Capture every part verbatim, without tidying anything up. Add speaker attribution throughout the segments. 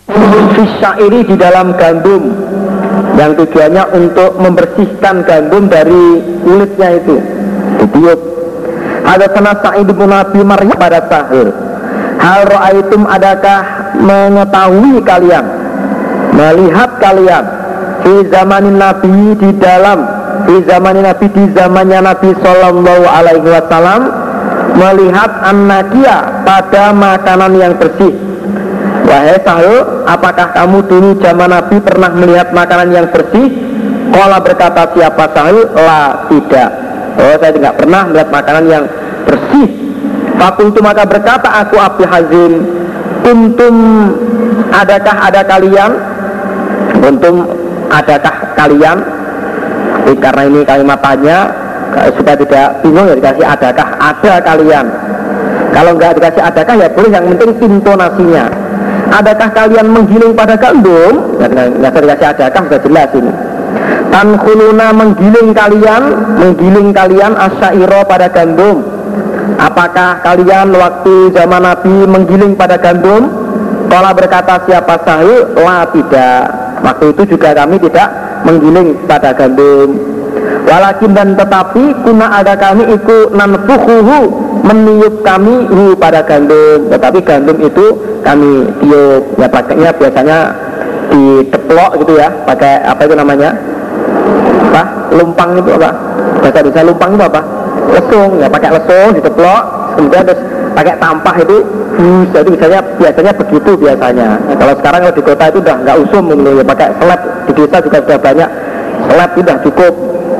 Speaker 1: Fisyairi di dalam gandum, yang tujuannya untuk membersihkan gandum dari kulitnya itu ditiup. Hadatsana Sa'id bin Abi Maryam pada Sahil, hal ra'aitum, adakah mengetahui kalian, melihat kalian, fi zamanin Nabi, di dalam fi zamanin Nabi, di zamannya Nabi sallallahu alaihi wasallam, melihat an-naqiya, pada makanan yang bersih. Wahai Sahil, apakah kamu dulu zaman Nabi pernah melihat makanan yang bersih? Qala, berkata siapa Sahil, la, tidak. Oh, saya tidak pernah melihat makanan yang bersih. Fakultu, maka berkata aku Abi Hazim, kuntum, adakah ada kalian, kuntum, adakah kalian. Jadi, karena ini kalimat tanya, supaya tidak bingung ya dikasih adakah, ada kalian. Kalau enggak dikasih adakah ya boleh, yang penting intonasinya. Adakah kalian menggiling pada gandum? Nggak dikasih adakah, sudah jelas ini. Tankhuluna, menggiling kalian, menggiling kalian asyairo, pada gandum. Apakah kalian waktu zaman Nabi menggiling pada gandum? Kalau berkata siapa Sahil, la, tidak. Waktu itu juga kami tidak menggiling pada gandum. Walakin, dan tetapi, kuna, ada kami iku nanfuhuhu, meniup kami hu, pada gandum. Tetapi gandum itu kami tiup, ya pakainya biasanya diteplok gitu ya, pakai apa itu namanya, apa, lumpang itu apa, bahasa Indonesia lumpang itu apa, lesung, ya pakai lesung diteplok, kemudian terus pakai tampah itu, hmm, jadi biasanya biasanya begitu biasanya. Nah, kalau sekarang kalau di kota itu udah nggak usum, ya pakai selet, di desa juga sudah banyak selet, sudah cukup.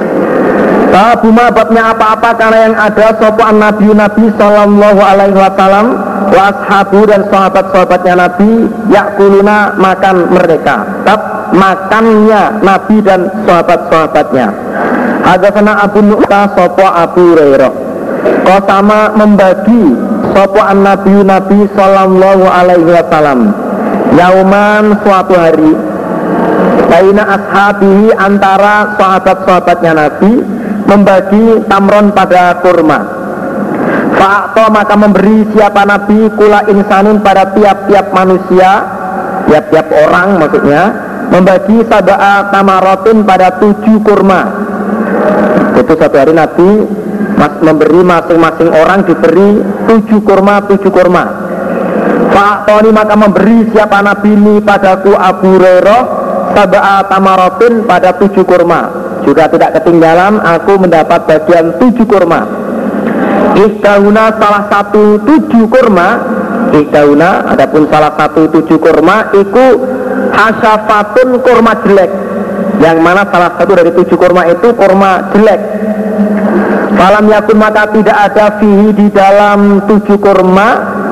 Speaker 1: Babuma, babnya apa-apa karena yang ada sopan Nabi Nabi Sallallahu Alaihi Wasallam wa ashabu, dan sahabat-sahabatnya Nabi, yakuluna, makan mereka, tab, makannya Nabi dan sahabat-sahabatnya. Hadatsana Abu Nu'man sopo Abu Hurairah, qasama, membagi sopo an Nabi Nabi Sallallahu Alaihi Wasallam, yauman, suatu hari, baina ashabihi, antara sahabat-sahabatnya Nabi, membagi tamron, pada kurma. Fa'ato, maka memberi siapa Nabi, kula insanin, pada tiap-tiap manusia, tiap-tiap orang maksudnya, membagi sab'a tamarotin, pada tujuh kurma. Itu satu hari Nabi mas, memberi masing-masing orang diberi tujuh kurma, tujuh kurma. Fa'ato, maka memberi siapa Nabi ini padaku Abu Hurairah, sab'a tamarotin, pada tujuh kurma. Juga tidak ketinggalan aku mendapat bagian tujuh kurma. Ihdauna, salah satu tujuh kurma, ihdauna, adapun salah satu tujuh kurma, iku hasyafatun, kurma jelek. Yang mana salah satu dari tujuh kurma itu kurma jelek. Falam yakun, maka tidak ada fihi, di dalam tujuh kurma,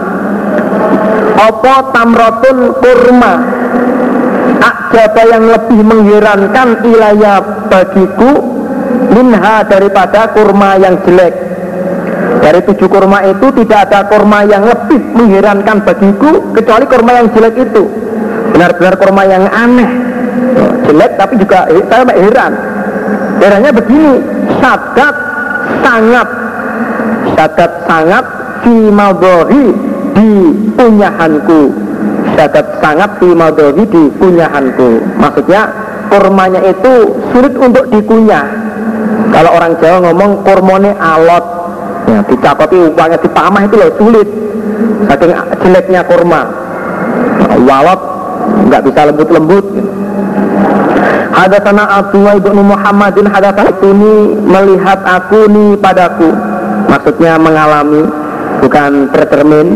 Speaker 1: opo tamrotun, kurma, akjaba, yang lebih mengherankan, ilaya, bagiku, minha, daripada kurma yang jelek. Dari tujuh kurma itu tidak ada kurma yang lebih mengherankan bagiku kecuali kurma yang jelek itu. Benar-benar kurma yang aneh, jelek tapi juga eh, saya heran. Herannya begini, syadat sangat, syadat sangat, fi madori, di punyahanku. Syadat sangat, fi madori, di punyahanku. Maksudnya kurmanya itu sulit untuk dikunyah. Kalau orang Jawa ngomong kurmone alot, ya, dicapati upahnya dipamah itu loh, sulit. Saking jeleknya kurma, walot nggak bisa lembut-lembut. Hadatsana Abdullah ibnu Muhammadin, hadatsana ini, melihat aku nih padaku, maksudnya mengalami, bukan tercermin,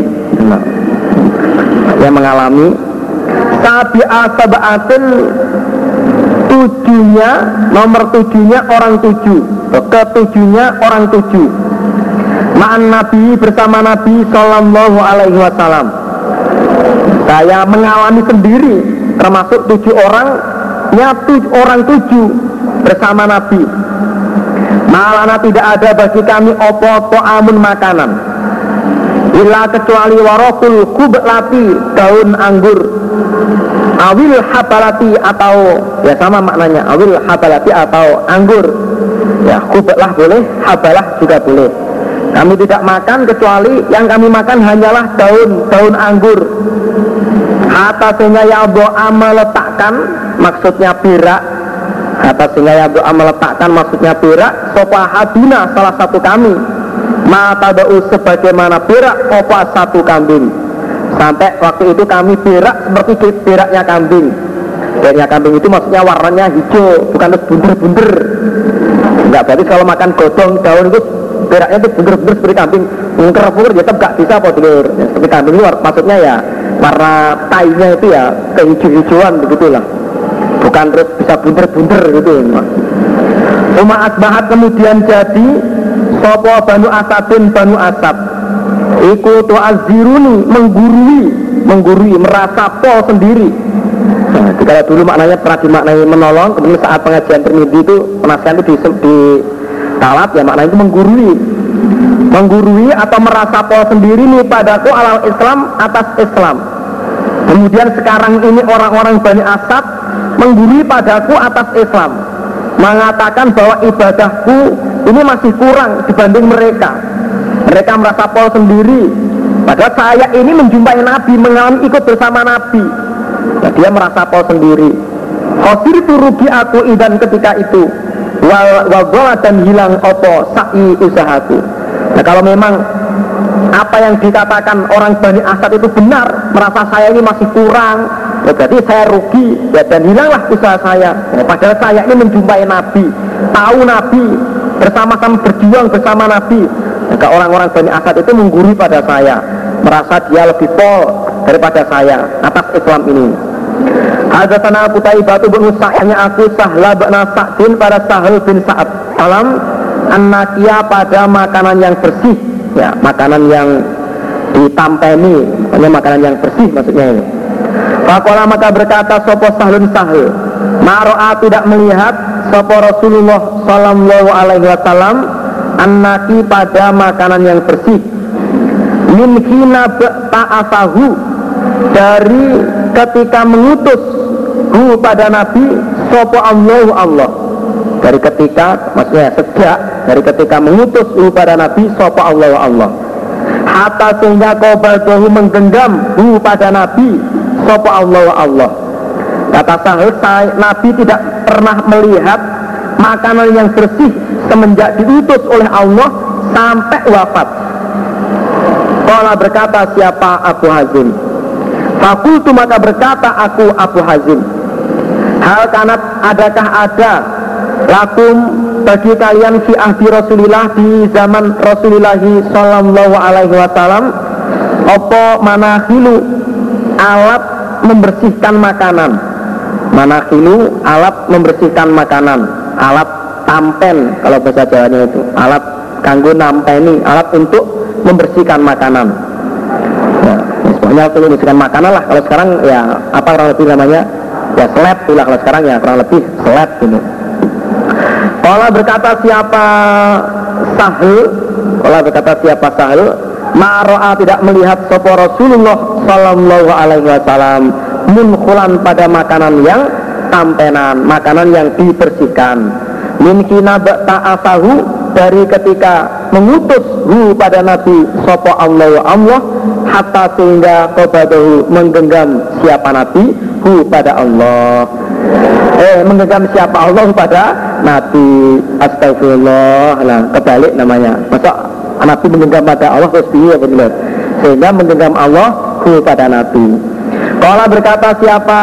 Speaker 1: ya mengalami. Sabi'a sab'atin, tujuhnya, nomor tujuhnya orang tujuh, ketujuhnya orang tujuh. Ma'an Nabi, bersama Nabi Sallallahu Alaihi Wasallam. Saya mengalami sendiri, termasuk tujuh orang, nyatu orang tujuh bersama Nabi. Malana, tidak ada bagi kami opo to'amun, makanan, illa kecuali warokul kublati, daun anggur, awil habalati, atau ya sama maknanya, awil habalati atau anggur. Ya, kublah boleh, habalah juga boleh. Kami tidak makan kecuali yang kami makan hanyalah daun daun anggur. hatta sehingga ya doa meletakkan, maksudnya berak, hatta sehingga ya doa meletakkan, maksudnya berak, sopa haduna salah satu kami, mata da'u sebagaimana berak opa satu kambing. Sampai waktu itu kami berak seperti beraknya kambing. Beraknya kambing itu maksudnya warnanya hijau, bukan terus bunder-bunder. Enggak, berarti kalau makan godong daun itu beraknya itu bunder-bunder seperti kambing. Mungker-mungker ya tetap gak bisa apa dulur. Ya, seperti kambing itu maksudnya ya warna tainya itu ya kehijau-hijauan begitulah. Bukan terus bisa bunder-bunder gitu ya. Uma asbahat kemudian jadi sopo Banu Asadin Banu Asad iku tu'azziruni, menggurui, menggurui, merasa pol sendiri. Nah, kalau dulu maknanya pernah dimaknai menolong, kemudian saat pengajian Tirmidzi itu penasihat itu di, di talat ya maknanya itu menggurui, menggurui atau merasa pol sendiri nih padaku alal Islam atas Islam. Kemudian sekarang ini orang-orang Bani Asad menggurui padaku atas Islam, mengatakan bahwa ibadahku ini masih kurang dibanding mereka. Mereka merasa pol sendiri, padahal saya ini menjumpai Nabi, mengalami ikut bersama Nabi. Nah, dia merasa pol sendiri. Khosir itu rugi aku idan ketika itu, wal wal dan hilang opo sa'i usahaku. Nah, kalau memang apa yang dikatakan orang Bani Asad itu benar, merasa saya ini masih kurang, ya berarti saya rugi, ya, dan hilanglah usaha saya. Nah, padahal saya ini menjumpai Nabi, tahu Nabi, bersama-sama berjuang bersama Nabi. Maka orang-orang Bani Asad itu menggurui pada saya, merasa dia lebih pol daripada saya atas Islam ini. Hadatsana Qutaibah bin Sa'idnya aku Sahla bin Sa'din pada Sahal bin Sa'ad salam an-naqiya pada makanan yang bersih, ya makanan yang ditampeni, maksudnya makanan yang bersih maksudnya ini. Faqala maka berkata sopo Sahlun Sahal, maro'a tidak melihat sopo Rasulullah sallallahu alaihi wasallam an-naqi pada makanan yang bersih min hina ta'afahu dari ketika mengutus hu pada Nabi sopo Allah Allah dari ketika maksudnya sejak dari ketika mengutus hu pada Nabi sopo Allah Allah hatta sehingga qabadahu menggenggam hu pada Nabi sopo Allah Allah. Kata Sahih, Nabi tidak pernah melihat makanan yang bersih semenjak diutus oleh Allah sampai wafat. Qala berkata siapa Abu Hazim, fakultu maka berkata aku Abu Hazim, hal kanat adakah ada lakum bagi kalian fi ahdi Rasulillah di zaman Rasulullah sallallahu alaihi wasallam apa manakhilu alat membersihkan makanan, manakhilu alat membersihkan makanan, alat tampen kalau bahasa Jawanya itu, alat kanggo nampeni, alat untuk membersihkan makanan. Ya, sebenarnya untuk membersihkan makanan lah. Kalau sekarang ya apa kurang lebih namanya? Ya seleb itulah kalau sekarang ya kurang lebih seleb gitu. Kalau berkata siapa Sahel, kalau berkata siapa Sahel, ma'ro'a tidak melihat sopo Rasulullah sallallahu alaihi wasallam munkhulan pada makanan yang tampenan, makanan yang dibersihkan. Min kina ta'afahu dari ketika mengutus hu pada Nabi sopo Allah Allah hatta sehingga qabadahu menggenggam siapa Nabi hu pada Allah, eh menggenggam siapa Allah pada Nabi. Astagfirullah, nah kebalik namanya. Masa Nabi menggenggam pada Allah terus dia benar, sehingga menggenggam Allah hu pada Nabi. Kalau berkata siapa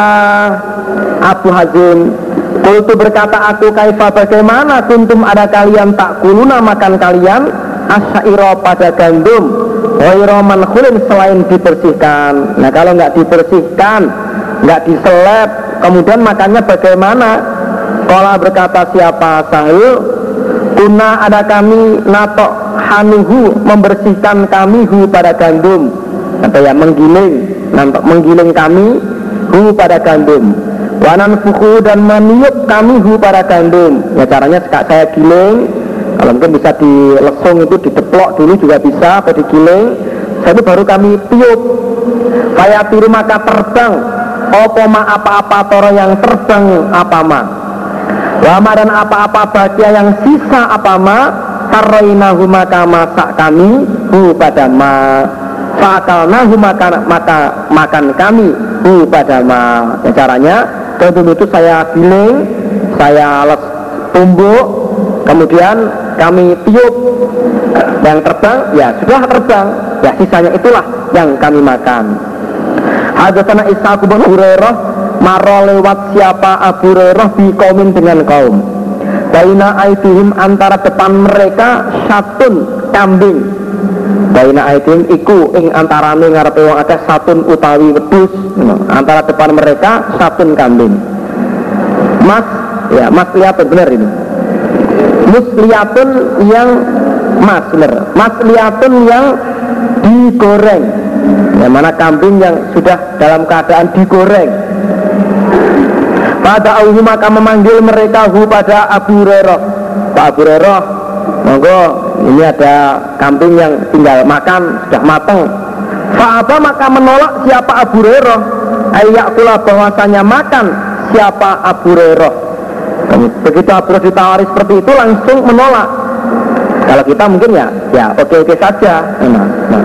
Speaker 1: Abu Hazim, kultu berkata aku kaifa bagaimana kuntum ada kalian tak kuluna makan kalian asyairo pada gandum ghairu mankhulin selain dibersihkan. Nah kalau nggak dibersihkan, nggak diseleb, kemudian makannya bagaimana? Kalau berkata siapa Sahil, kuna ada kami natok hanuhu membersihkan kami hu pada gandum, atau ya menggiling, natok menggiling kami hu pada gandum. Wanan fuku dan meniup kami hu pada gandum. Ya caranya saya giling, kalau mungkin bisa dilesung itu diteplok dulu juga bisa, atau digiling. Saya itu baru kami tiup. Saya tiru maka terbang. Opoma apa-apa toro yang terbang apa ma. Wama dan apa-apa bagia yang sisa apa ma. Karoinahu maka masak kami hu pada ma. Fakalnahu maka maka makan kami hu pada ma. Ya, caranya gandum itu saya giling, saya les tumbuk, kemudian kami tiup, yang terbang ya sudah terbang, ya sisanya itulah yang kami makan. Hadatsana Ishaq bin Hurairah, maro lewat siapa Abu Hurairah bi kaumin dengan kaum. Baina aidihim antara depan mereka satun kambing. Baina aidihim iku ing antarane ngarepe wong akeh satun utawi wedhus. Antara depan mereka satun kambing. Mas ya mas lihatun benar ini. Musliyatun yang mas benar. Mas lihatun yang digoreng. Yang mana kambing yang sudah dalam keadaan digoreng. Pada auhu maka memanggil mereka hu pada Abu Hurairah. Pak Abu Hurairah, monggo ini ada kambing yang tinggal makan sudah matang. Fa'aba maka menolak siapa Abu Hurairah. Ayyakula bahwasanya makan siapa Abu Hurairah. Begitu Abu Hurairah ditawari seperti itu langsung menolak. Kalau kita mungkin ya, ya oke-oke saja. Nah, nah.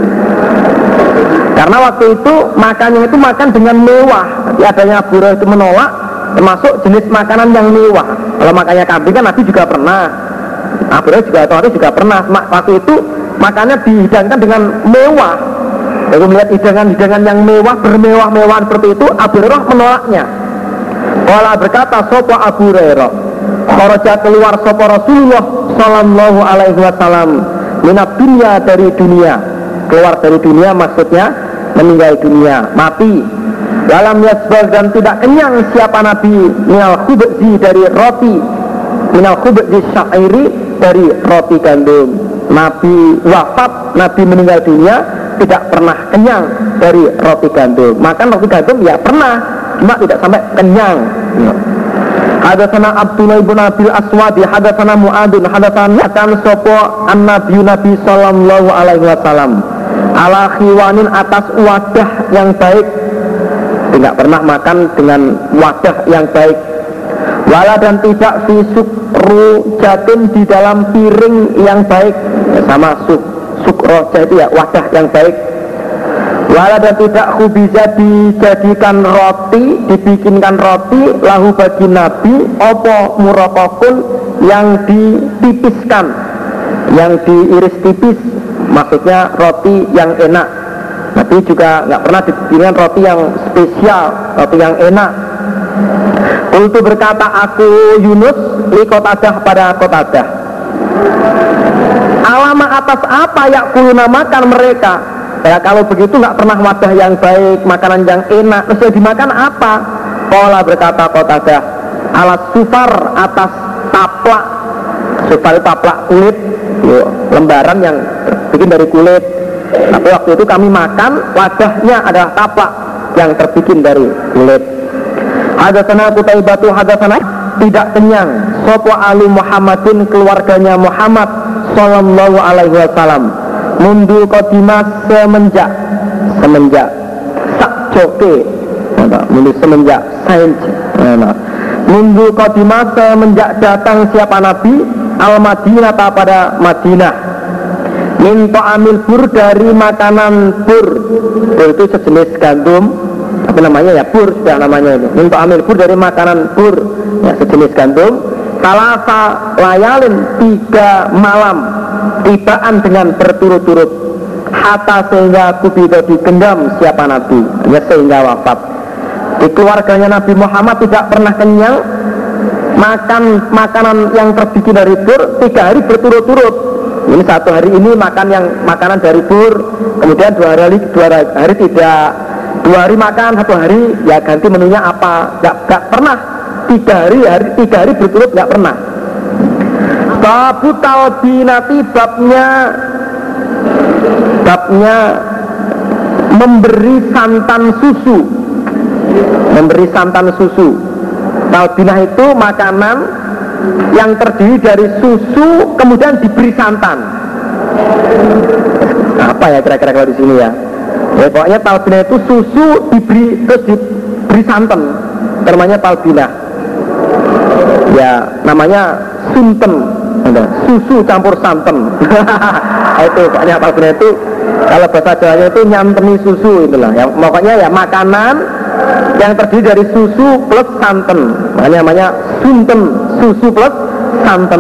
Speaker 1: Karena waktu itu makannya itu makan dengan mewah. Jadi adanya Abu Hurairah itu menolak, termasuk jenis makanan yang mewah. Kalau makannya kambing kan Nabi juga pernah, Abu Hurairah juga atau juga pernah. Waktu itu makannya dihidangkan dengan mewah. Lalu melihat hidangan-hidangan yang mewah, bermewah-mewahan seperti itu, Abu Hurairah menolaknya. Kalau berkata sopo Abu Hurairah, kharaja keluar sopo Rasulullah Sallallahu Alaihi Wasallam minat dunia dari dunia. Keluar dari dunia maksudnya meninggal dunia, mati. Dalam yasbal dan tidak kenyang siapa Nabi minal khubzi dari roti, minal khubzi syairi dari roti gandum. Nabi wafat, Nabi meninggal dunia tidak pernah kenyang dari roti gandum. Makan roti gandum ya pernah, cuma tidak sampai kenyang. Hadatsana Abdullah bin Abil Aswadi, hadatsana Muadun, hadatsana kan sopo an-nabi Nabi sallallahu alaihi wasallam ala khiwanin atas wadah yang baik. Tidak pernah makan dengan wadah yang baik. Wala dan tidak fi sukru jatin di dalam piring yang baik. Ya, sama suk sukroja itu ya wadah yang baik. Wala dan tidak khubiza dijadikan roti, dibikinkan roti lahu bagi Nabi opo murokokun yang ditipiskan, yang diiris tipis, maksudnya roti yang enak. Nabi juga nggak pernah dibikinkan roti yang spesial, roti yang enak. Untuk berkata aku Yunus li Qatadah pada Qatadah. Alama atas apa yakuluna makan mereka? Ya kalau begitu nggak pernah wadah yang baik, makanan yang enak, terus dimakan apa? Qala berkata Qatadah, alas sufar atas taplak. Sufar taplak kulit, yuk, lembaran yang terbikin dari kulit. Tapi waktu itu kami makan wadahnya adalah taplak yang terbikin dari kulit. Hadatsana Qutaibatu hadatsana tidak kenyang sopo alu Muhammadin keluarganya Muhammad sallallahu alaihi wasallam mundu kodimah semenjak semenjak sak joke mundu semenjak sainj mundu kodimah semenjak datang siapa Nabi al Madinah pada Madinah minta amil bur dari makanan bur. Bur itu sejenis gandum, apa namanya ya, bur sudah namanya itu. Minta amil bur dari makanan bur ya, sejenis gandum. Salasa layalin tiga malam tibaan dengan berturut-turut hatta sehingga kubida digendam siapa Nabi ya, sehingga wafat. Di keluarganya Nabi Muhammad tidak pernah kenyang makan makanan yang terbikin dari bur tiga hari berturut-turut. Ini satu hari ini makan yang makanan dari bur, kemudian dua hari dua hari tidak, dua hari makan, satu hari ya ganti menunya apa, nggak nggak pernah tiga hari hari tiga hari berturut nggak pernah. Babu talbinati babnya babnya memberi santan susu, memberi santan susu. Talbinah itu makanan yang terdiri dari susu kemudian diberi santan. Apa ya kira-kira kalau di sini ya? Ya pokoknya talbinah itu susu diberi terus diberi santan. Namanya talbinah. Ya namanya sunten. Susu campur santan. Itu pokoknya talbinah itu kalau bahasa Jawanya itu nyantemi susu itulah. Yang pokoknya ya makanan yang terdiri dari susu plus santan. Makanya namanya sunten, susu plus santan.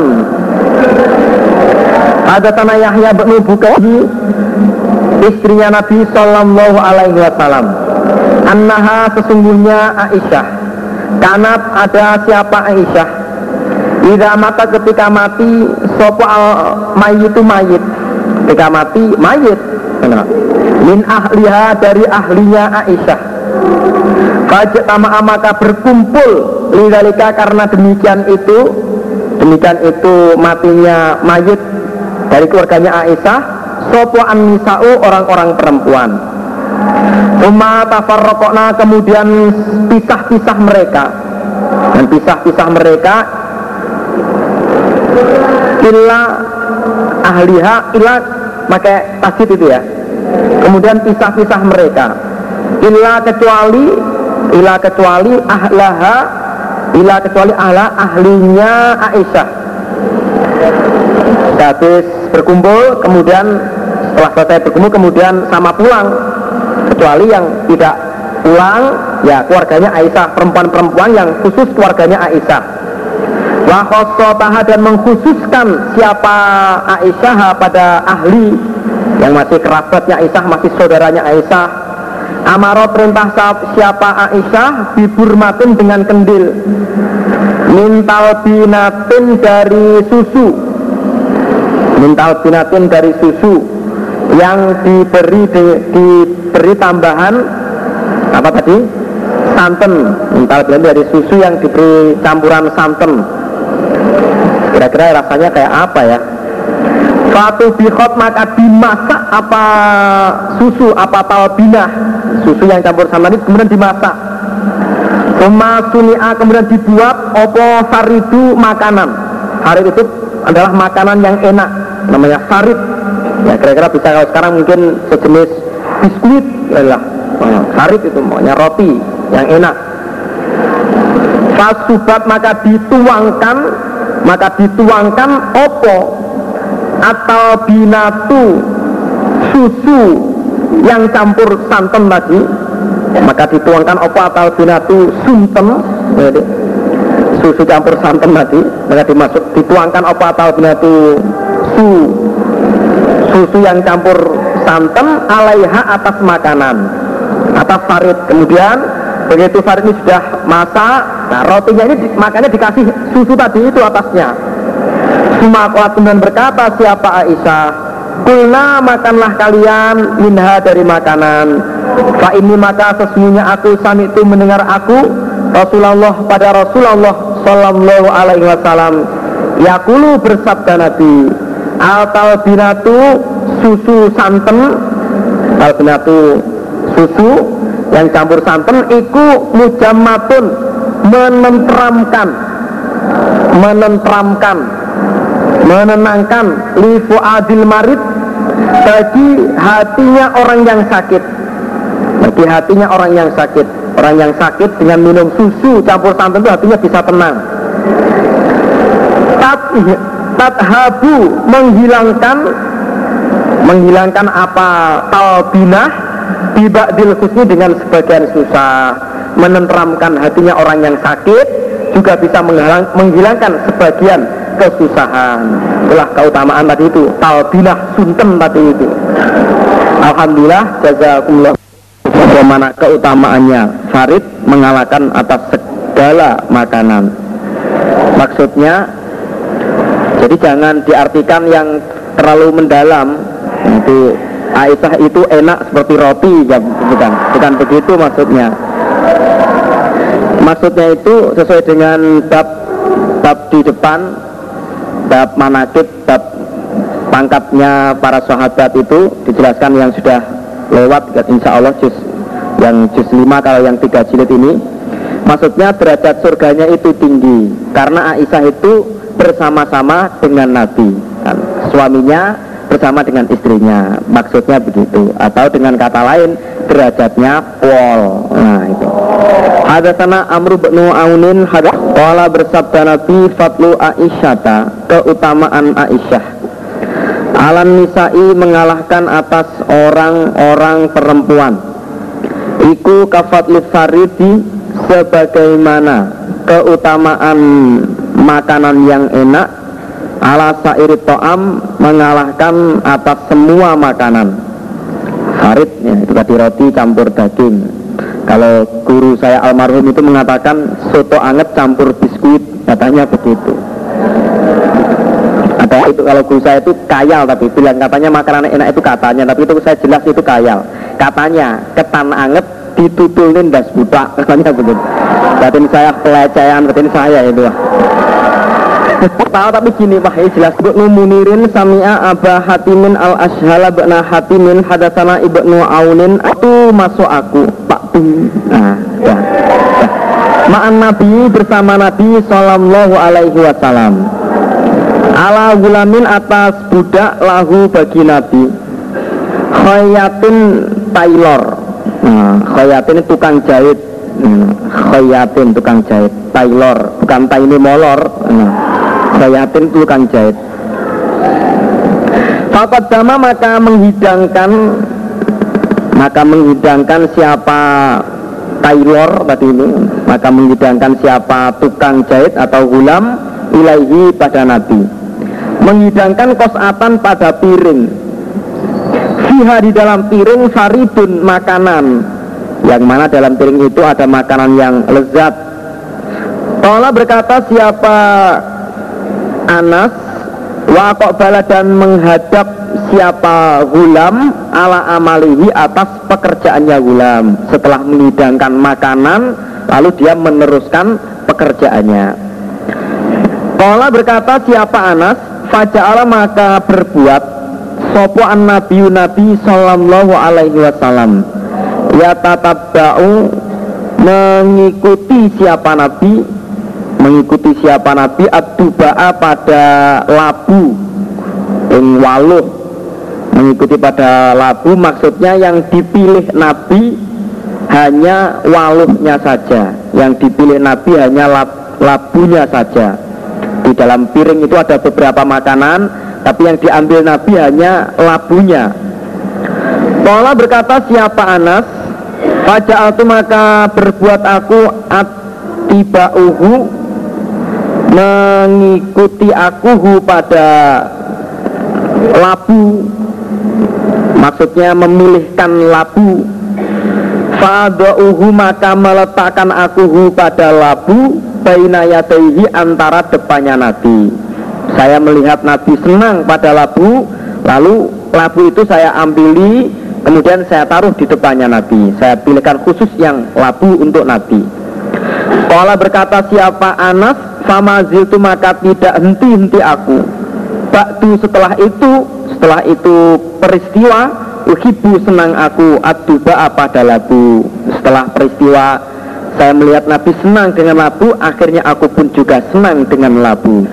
Speaker 1: Ada tanah Yahya bin Bukairi, istrinya Nabi Sallallahu Alaihi Wasallam. Annaha sesungguhnya Aisyah. Kanat ada siapa Aisyah? Ida mata ketika mati sopo al mayitu mayit. Ketika mati mayit. Min ahliha dari ahlinya Aisyah. Fajtama'a maka berkumpul lidalika karena demikian itu demikian itu matinya mayit dari keluarganya Aisyah sopo an-nisa'u orang-orang perempuan. Umma tafarraqna kemudian pisah-pisah mereka dan pisah-pisah mereka illa ahliha illa pakai tasdid itu ya. Kemudian pisah-pisah mereka illa kecuali illa kecuali ahlaha illa kecuali ahla ahlinya Aisyah. Habis berkumpul kemudian setelah selesai berkumpul kemudian sama pulang, kecuali yang tidak pulang ya keluarganya Aisyah, perempuan-perempuan yang khusus keluarganya Aisyah. Wa khossotaha dan mengkhususkan siapa Aisyah pada ahli yang masih kerabatnya Aisyah, masih saudaranya Aisyah. Amaro perintah siapa Aisyah biburmatin dengan kendil mintal binatin dari susu mintal binatin dari susu yang diberi di, diberi tambahan apa tadi santan, mintal binatin dari susu yang diberi campuran santan. Kira-kira rasanya kayak apa ya? Fatu bikhot maka dimasak apa susu apa talbinah susu yang campur santan ini kemudian dimasak. Suma sunia kemudian dibuat opo saridu makanan. Sarid itu adalah makanan yang enak, namanya sarid. Ya kira-kira bisa kalau sekarang mungkin sejenis biskuit ya lah. Sarid itu maunya roti yang enak. Fasubat maka dituangkan maka dituangkan opo atau binatu susu yang campur santan tadi, maka dituangkan opo atau binatu sunten jadi, susu campur santan tadi, maka dimasuk dituangkan opo atau binatu su susu yang campur santan alaiha atas makanan atas farid. Kemudian begitu farid ini sudah masak, nah rotinya ini di, makanya dikasih susu tadi itu atasnya. Sumakolat kemudian berkata siapa Aisyah, kulna makanlah kalian minha dari makanan. Fa ini maka sesungguhnya aku sami itu mendengar aku Rasulullah pada Rasulullah Sallallahu Alaihi Wasallam yakulu bersabda Nabi al binatu susu santen al binatu susu yang campur santan iku mujammatun menenteramkan menenteramkan menenangkan li fuadil marid bagi hatinya orang yang sakit bagi hatinya orang yang sakit orang yang sakit dengan minum susu campur santan itu hatinya bisa tenang. Tat tathabu menghilangkan menghilangkan apa talbinah dibadil khusni dengan sebagian susah, menenteramkan hatinya orang yang sakit juga bisa menghilangkan sebagian kesusahan. Itulah keutamaan tadi itu talbinah sunten tadi itu. Alhamdulillah jazakumullah. Bagaimana keutamaannya farid mengalahkan atas segala makanan. Maksudnya jadi jangan diartikan yang terlalu mendalam itu Aisyah itu enak seperti roti ya, bukan bukan begitu maksudnya. Maksudnya itu sesuai dengan bab bab di depan, bab manakib, bab pangkatnya para sahabat itu dijelaskan yang sudah lewat insya Allah juz yang juz lima kalau yang tiga jilid ini. Maksudnya derajat surganya itu tinggi karena Aisyah itu bersama-sama dengan Nabi kan, suaminya bersama dengan istrinya, maksudnya begitu. Atau dengan kata lain derajatnya pol. Nah itu. Hadatsana Amr bin Aunin qala bersabda Nabi fadlu Aisyata keutamaan Aisyah Alan nisa'i mengalahkan atas orang-orang perempuan. Iku kafatlu faridi sebagaimana keutamaan makanan yang enak. Ala sairi to'am mengalahkan atas semua makanan. Farid ya, itu tadi roti campur daging. Kalau guru saya almarhum itu mengatakan soto anget campur biskuit, katanya begitu. Ada itu kalau guru saya itu kayal, tapi bilang katanya makanan enak itu katanya, tapi itu saya jelas itu kayal. Katanya ketan anget ditutulin das budak, katanya begitu. Berarti saya pelecehan, berarti saya itu. Tahu tapi gini Pak, ya jelas. Ibnu Munirin sami'a Aba Hatimin al-Ashhala ba'na Hatimin hadatsana Ibnu Aunin itu masuk aku Pak Tung. Nah, ya. Ma'an Nabi bersama Nabi sallallahu alaihi wasallam. Ala gulamin atas budak lahu bagi Nabi. Khayatin tailor. Nah, khayatin tukang jahit. Hmm, khayatin tukang jahit, tailor, bukan taini molor. Nah, khayatin tukang jahit. Fakat sama maka menghidangkan maka menghidangkan siapa tailor tadi ini, maka menghidangkan siapa tukang jahit atau gulam ilaihi pada Nabi. Menghidangkan kosatan pada piring. Fiha di dalam piring faridun makanan, yang mana dalam piring itu ada makanan yang lezat. Allah berkata siapa Anas wa aqbala dan menghadap siapa gulam ala amalihi atas pekerjaannya gulam. Setelah menghidangkan makanan lalu dia meneruskan pekerjaannya. Allah berkata siapa Anas faja'ala maka berbuat sopo an nabiyu nabi sallallahu alaihi wasallam ya tatabba'u mengikuti siapa nabi mengikuti siapa nabi ad-duba'a pada labu ing waluh, mengikuti pada labu maksudnya yang dipilih nabi hanya waluhnya saja, yang dipilih nabi hanya lab, labunya saja. Di dalam piring itu ada beberapa makanan, tapi yang diambil nabi hanya labunya. Allah berkata siapa Anas faja'altu maka berbuat aku attiba'uhu mengikuti aku pada labu, maksudnya memilihkan labu. Fa'adha'uhu maka meletakkan aku pada labu baina yadaihi antara depannya Nabi. Saya melihat Nabi senang pada labu, lalu labu itu saya ambili, kemudian saya taruh di depannya Nabi. Saya pilihkan khusus yang labu untuk Nabi. Qala berkata siapa Anas famaziltu maka tidak henti-henti aku. Ba'du setelah itu, setelah itu peristiwa uhibu senang aku ad-duba'a pada labu. Setelah peristiwa saya melihat Nabi senang dengan labu, akhirnya aku pun juga senang dengan labu.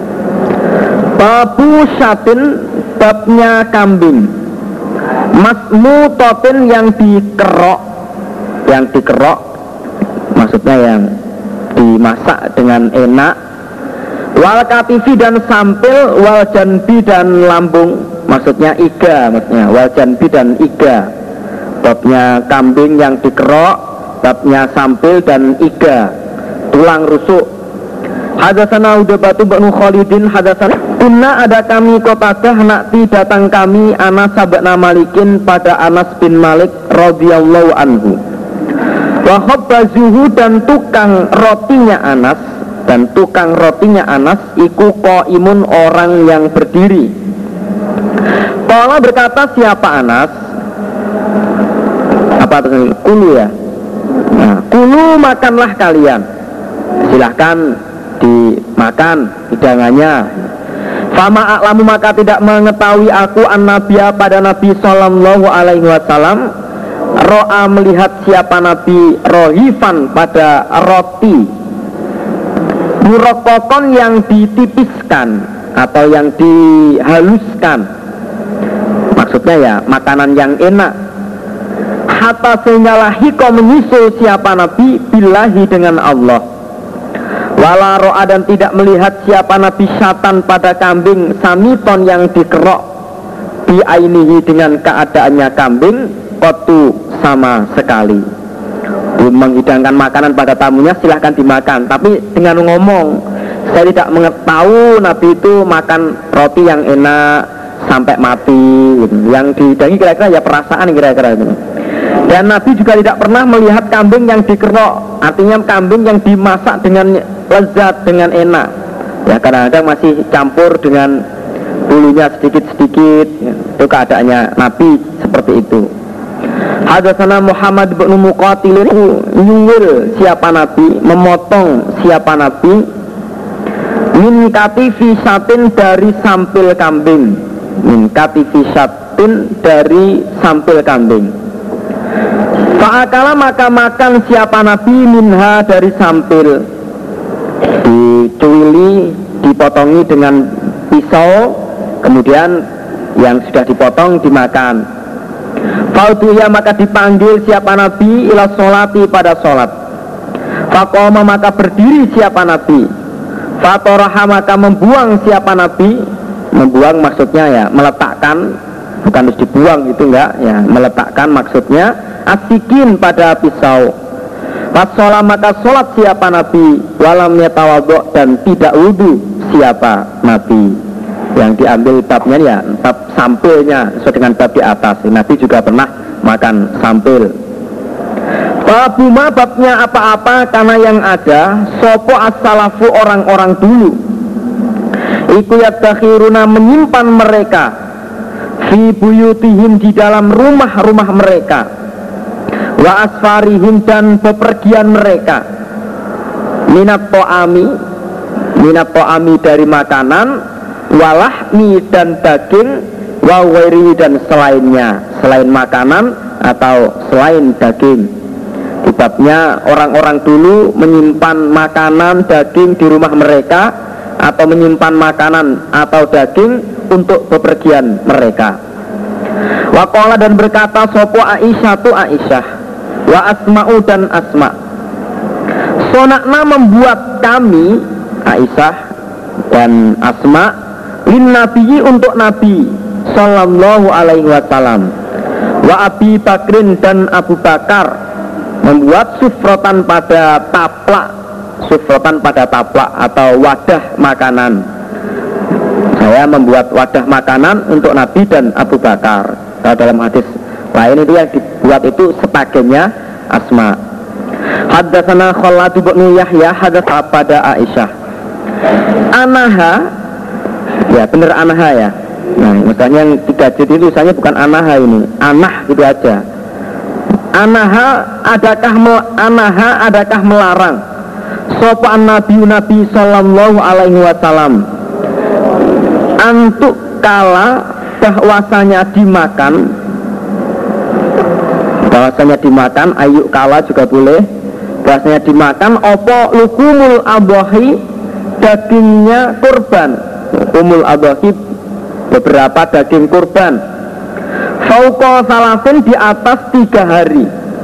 Speaker 1: Babu syatin, babnya kambing. Masmu totin yang dikerok, yang dikerok, maksudnya yang dimasak dengan enak. Wal katifi dan sampil, wal janbi dan lambung, maksudnya iga, maksudnya wal janbi dan iga. Babnya kambing yang dikerok, babnya sampil dan iga, tulang rusuk. Hadatsana Udabatu bin Khalidin hadatsana inna ada kami Qatadah nakti datang kami Anas bin Malikin pada Anas bin Malik radhiyallahu anhu. Wa khabbazuhu dan tukang rotinya Anas dan tukang rotinya Anas iku qaimun orang yang berdiri. Qala berkata siapa Anas? Apa itu? Kulu ya. Nah, kulu makanlah kalian, silahkan dimakan hidangannya. Fama a'lamu maka tidak mengetahui aku an-nabiya pada Nabi sallallahu alaihi wasallam ro'a melihat siapa Nabi rohifan pada roti murokokon yang ditipiskan atau yang dihaluskan, maksudnya ya makanan yang enak. Hatta sehingga lahiko menyusul siapa Nabi billahi dengan Allah. Wala ro'a dan tidak melihat siapa Nabi syatan pada kambing samiton yang dikerok biainihi dengan keadaannya kambing kotu sama sekali. Belum menghidangkan makanan pada tamunya, silahkan dimakan, tapi dengan ngomong, saya tidak mengetahui Nabi itu makan roti yang enak sampai mati gitu. Yang dihidangi kira-kira ya perasaan kira-kira itu. Dan Nabi juga tidak pernah melihat kambing yang dikerok, artinya kambing yang dimasak dengan lezat, dengan enak. Ya kadang-kadang masih campur dengan bulunya sedikit-sedikit ya. Itu keadaannya Nabi seperti itu. Hadatsana Muhammad bin Muqatil nyuwil siapa Nabi, memotong siapa Nabi min katifi satin dari sampil kambing, min katifi satin dari sampil kambing. Fa'akala maka makan siapa Nabi minha dari sampil, dicuili, dipotongi dengan pisau, kemudian yang sudah dipotong dimakan. Fauduya maka dipanggil siapa Nabi ila sholati pada sholat. Faqoma maka berdiri siapa Nabi. Fatoraha maka membuang siapa Nabi. Membuang maksudnya ya meletakkan, bukan harus dibuang gitu enggak ya, meletakkan maksudnya asikin pada pisau. Fasolah maka sholat siapa Nabi. Walam yatawadho dan tidak wudu siapa Nabi. Yang diambil babnya ya bab sampilnya sesuai dengan bab di atas. Nabi juga pernah makan sampil. Babuma babnya apa-apa karena yang ada sopo as-salafu orang-orang dulu iku yadakhiruna menyimpan mereka fi buyutihim di dalam rumah-rumah mereka wa asfarihim dan bepergian mereka minat to'ami minat to'ami dari makanan walahmi dan daging wa wairi dan selainnya, selain makanan atau selain daging. Di babnya orang-orang dulu menyimpan makanan daging di rumah mereka atau menyimpan makanan atau daging untuk bepergian mereka. Waqala dan berkata sopo Aisyah tu Aisyah wa asma'u dan asma' sonakna membuat kami Aisyah dan asma' lin nabiyyi untuk Nabi sallallahu alaihi wasallam wa Abi Bakrin dan Abu Bakar membuat sufrotan pada taplak, sufrotan pada taplak atau wadah makanan. Saya membuat wadah makanan untuk Nabi dan Abu Bakar. Kalau dalam hadis lain itu yang dibuat itu sebagainya Asma. Haddatsana Khalid bin Yahya hadatsa pada Aisyah anaha. Ya benar anaha ya. Nah misalnya yang tiga jid itu misalnya bukan anaha ini, anah gitu aja. Anaha adakah mel, anaha adakah melarang sopan Nabi Nabi sallallahu alaihi wasallam antuk kala bahwasanya dimakan, bahwasanya dimakan ayuk kala juga boleh, bahwasanya dimakan opo lukumul adhahi dagingnya kurban. Umul adhahi beberapa daging kurban fauqa salasin di atas tiga hari.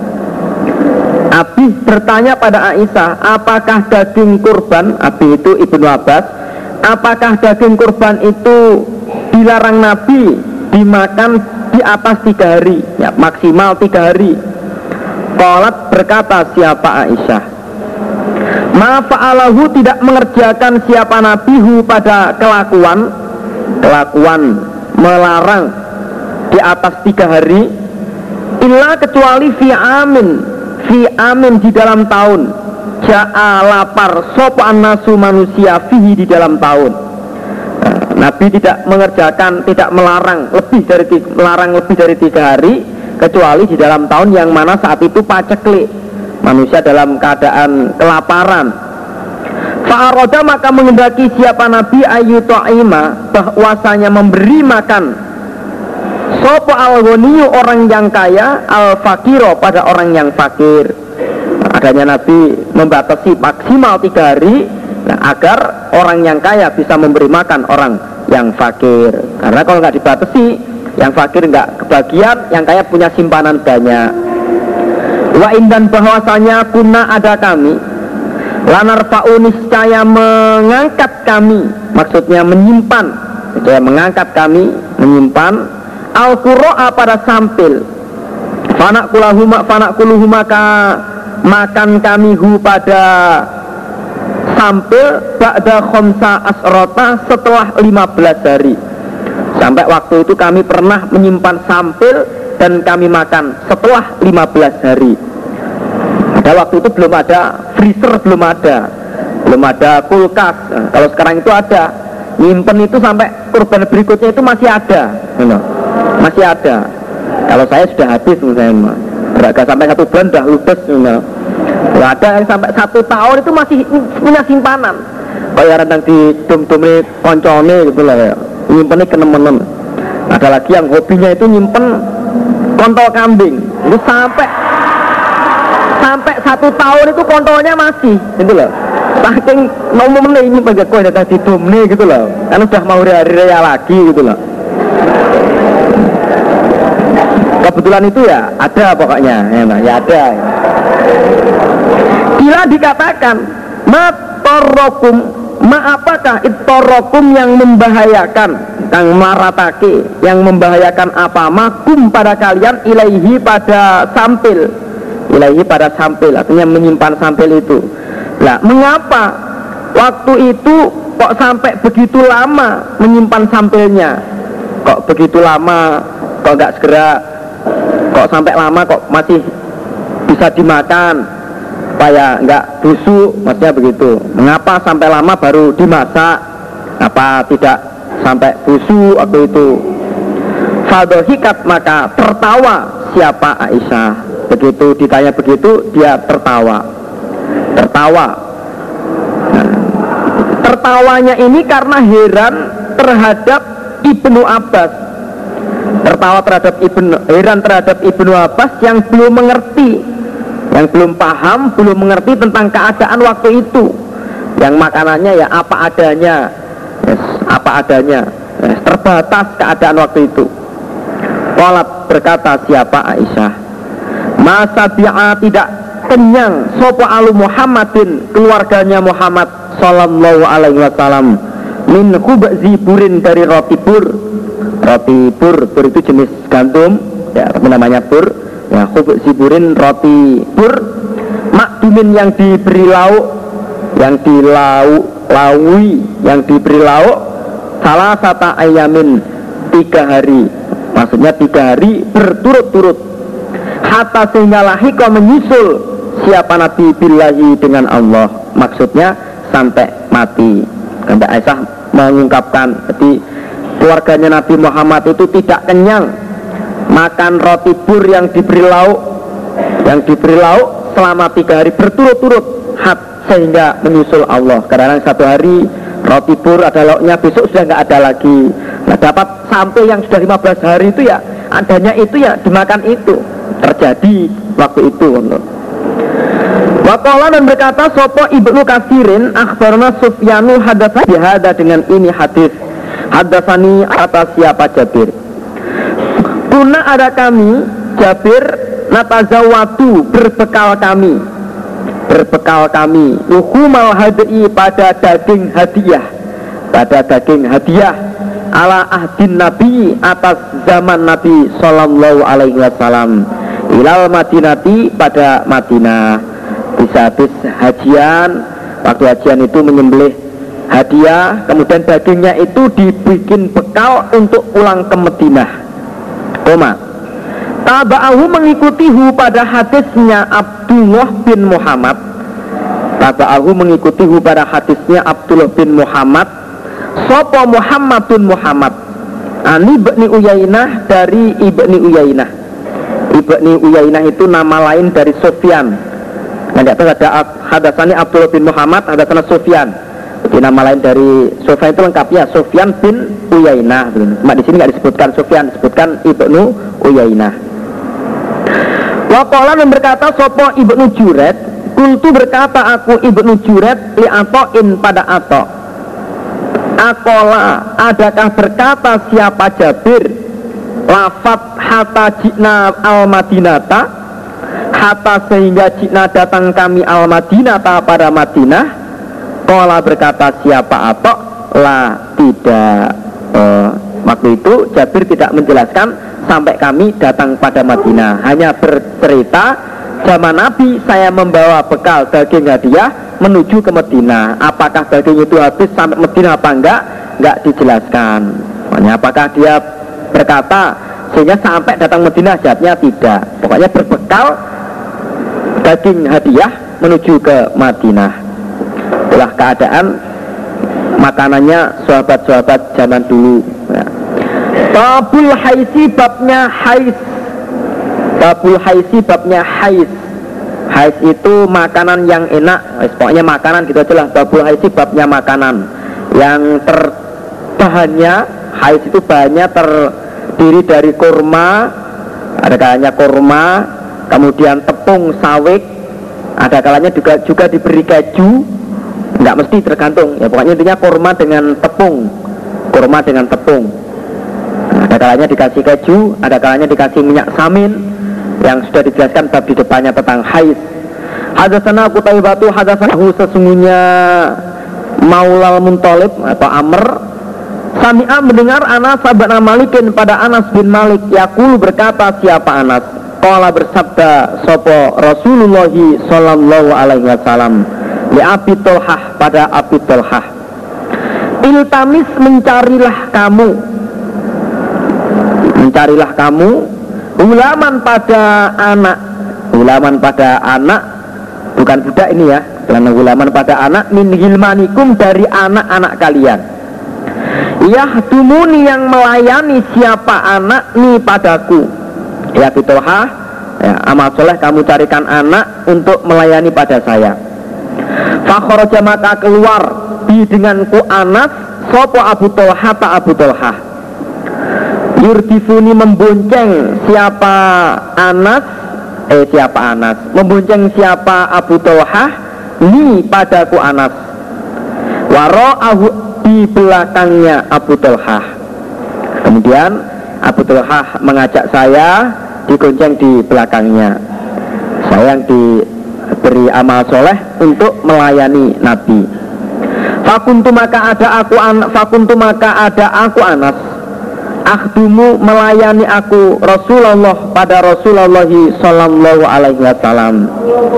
Speaker 1: Abi bertanya pada Aisyah, apakah daging kurban, Abi itu Ibnu Abbas, apakah daging kurban itu dilarang Nabi dimakan di atas tiga hari ya, maksimal tiga hari. Qalat berkata siapa Aisyah, ma fa'alahu tidak mengerjakan siapa nabihu pada kelakuan kelakuan melarang di atas tiga hari illa kecuali fi amin fi amin di dalam tahun ja'a lapar sopan nasu manusia fihi di dalam tahun. Nah, Nabi tidak mengerjakan, tidak melarang lebih dari melarang lebih dari tiga hari kecuali di dalam tahun yang mana saat itu paceklik, manusia dalam keadaan kelaparan. Fa'aroda maka mengendaki siapa Nabi ayu ta'ima bahwasanya memberi makan sopo al-ghaniyu orang yang kaya al-fakiro pada orang yang fakir. Adanya Nabi membatasi maksimal tiga hari nah, agar orang yang kaya bisa memberi makan orang yang fakir. Karena kalau nggak dibatasi, yang fakir nggak kebagian, yang kaya punya simpanan banyak. Wa indan bahwasanya kuna ada kami lanar fauniscaya mengangkat kami, maksudnya menyimpan, ya, mengangkat kami, menyimpan al-qurra'a pada sampil. Fanaquluhuma fanaquluhuma ka makan kami hu pada sampil ba'da khamsa asrota setelah lima belas hari. Sampai waktu itu kami pernah menyimpan sampil dan kami makan setelah lima belas hari. Pada waktu itu belum ada freezer, belum ada belum ada kulkas. Nah, kalau sekarang itu ada, nyimpen itu sampai kurban berikutnya itu masih ada, you masih ada. Kalau saya sudah habis misalnya, beragam sampai satu bulan sudah ludes, you know. Ada yang sampai satu tahun itu masih punya simpanan. Kayak rendang di dom-dom koncone gitu lah ya. Nyimpennya kenemenan. Ada lagi yang hobinya itu nyimpen kontol kambing. Itu sampai sampai satu tahun itu kontolnya masih, gitu loh. Saking nomornya ini bagi kau datang di domne gitu loh. Kan udah mau hari raya lagi gitu loh. Kebetulan itu ya ada pokoknya, ya, ya ada. Bila dikatakan matorokum, ma apakah itorokum yang membahayakan, kang maratake, yang membahayakan apa, makum pada kalian ilaihi pada sampil, ilaihi pada sampil, artinya menyimpan sampil itu. Lah, mengapa waktu itu kok sampai begitu lama menyimpan sampilnya? Kok begitu lama, kok nggak segera, kok sampai lama kok masih bisa dimakan, supaya nggak busuk, maksudnya begitu. Mengapa sampai lama baru dimasak? Apa tidak sampai busuk waktu itu? Fadhohikat, maka tertawa siapa Aisyah. Begitu ditanya begitu, dia tertawa. Tertawa. Nah, tertawanya ini karena heran terhadap Ibnu Abbas. Tertawa terhadap Ibnu, heran terhadap Ibnu Abbas yang belum mengerti, yang belum paham, belum mengerti tentang keadaan waktu itu, yang makanannya ya apa adanya, yes, apa adanya, yes, terbatas keadaan waktu itu. Qalat, berkata siapa Aisyah, masa bi'a tidak kenyang sopo alu Muhammadin, keluarganya Muhammad sallallahu alaihi wasallam, min khubzi burin, dari roti bur. Roti bur, bur itu jenis gandum ya, tapi namanya bur. Ya, khubzi burin, roti bur makdumin, yang diberi lauk, yang dilauk laui, yang diberi lauk salah satu ayamin, tiga hari, maksudnya tiga hari berturut-turut, hatta sehingga lahika menyusul siapa Nabi billahi dengan Allah, maksudnya sampai mati. Sampai Aisyah mengungkapkan, jadi keluarganya Nabi Muhammad itu tidak kenyang makan roti bur yang diberi lauk, yang diberi lauk selama tiga hari berturut-turut, hat sehingga menyusul Allah. Karena satu hari roti bur ada lauknya, besok sudah nggak ada lagi. Nah, dapat sampai yang sudah lima belas hari itu ya adanya itu ya dimakan itu. Terjadi waktu itu. Waqala, dan berkata sopo Ibnu Katsirin akhbarana Sufyanu hadatsa bihada, dengan ini hadis. Hadatsani atas siapa Jabir. Kuna ada kami Jabir natazawatu, berbekal kami, berbekal kami luhumal hadi, pada daging hadiah, pada daging hadiah ala ahdin Nabi, atas zaman Nabi sallallahu alaihi wasallam, ilal Madinati, pada Madinah. Bisa habis hajian, waktu hajian itu menyembelih hadiah, kemudian dagingnya itu dibikin bekal untuk pulang ke Madinah. Koma Taba'ahu, mengikutihu pada hadisnya Abdullah bin Muhammad. Taba'ahu, mengikutihu pada hadisnya Abdullah bin Muhammad. Sopo Muhammadun Muhammad Ani Ibni Uyainah, dari Ibni Uyainah. Ibni Uyainah itu nama lain dari Sufyan. Nanti atas ada hadatsani Abdullah bin Muhammad, hadatsana Sufyan. Jadi nama lain dari Sufyan itu lengkapnya Sufyan bin Uyainah. Cuma di sini nggak disebutkan Sufyan, disebutkan Ibnu Uyainah. Waqala, dan berkata sopo Ibnu Juret, kultu berkata aku Ibnu Juret li Ato'in, pada Ato'. Akola, adakah berkata siapa Jabir, lafat hatta jina al-Madinata, hatta sehingga jina datang kami al-Madinata, pada Madinah. Kola, berkata siapa Ato', la tidak, uh, Waktu itu Jabir tidak menjelaskan sampai kami datang pada Madinah, hanya bercerita zaman Nabi saya membawa bekal daging hadiah menuju ke Madinah. Apakah daging itu habis sampai Madinah apa enggak, enggak dijelaskan. Makanya apakah dia berkata sehingga sampai datang Madinah, jawabnya tidak. Pokoknya berbekal daging hadiah menuju ke Madinah. Itulah keadaan makanannya sahabat-sahabat zaman dulu ya. Babul haisi babnya hais. Babul haisi babnya hais. Hais itu makanan yang enak. Pokoknya makanan gitu aja lah. Babul haisi babnya makanan yang terbahannya, hais itu bahannya terdiri dari kurma, ada kalanya kurma, kemudian tepung sawit, ada kalanya juga juga diberi keju, nggak mesti, tergantung ya. Pokoknya intinya kurma dengan tepung, kurma dengan tepung. Ada kalanya dikasih keju, ada kalanya dikasih minyak samin, yang sudah dijelaskan bab di depannya tentang haid. Hadatsana Qutaibatu hadatsanahu, sesungguhnya Maulal Muntalib atau Amr Sami'a mendengar Anas bin Malikin pada Anas bin Malik yaqulu, berkata siapa Anas, qala bersabda sapa Rasulullah sallallahu alaihi wasallam li Abi Thalhah pada Abi Thalhah, iltamis mencarilah kamu mencarilah kamu ulaman pada anak, ulaman pada anak bukan budak ini ya, karena ulaman pada anak min hilmanikum dari anak-anak kalian, yahdumuni yang melayani siapa anak ni padaku ya Bitulhah ya, amal soleh kamu carikan anak untuk melayani pada saya. Fakharaja maka keluar di denganku Anas sopo Abu Thalhah ta Abu Thalhah, yurdifuni membonceng siapa Anas eh siapa Anas membonceng siapa Abu Thalhah ni padaku Anas, wara'ahu di belakangnya Abu Thalhah. Kemudian Abu Thalhah mengajak saya digonceng di belakangnya, saya yang diberi amal soleh untuk melayani Nabi. Fakuntu maka ada aku an, fakuntu maka ada aku Anas akhdumu melayani aku Rasulullah pada Rasulullah sallallahu alaihi wasallam.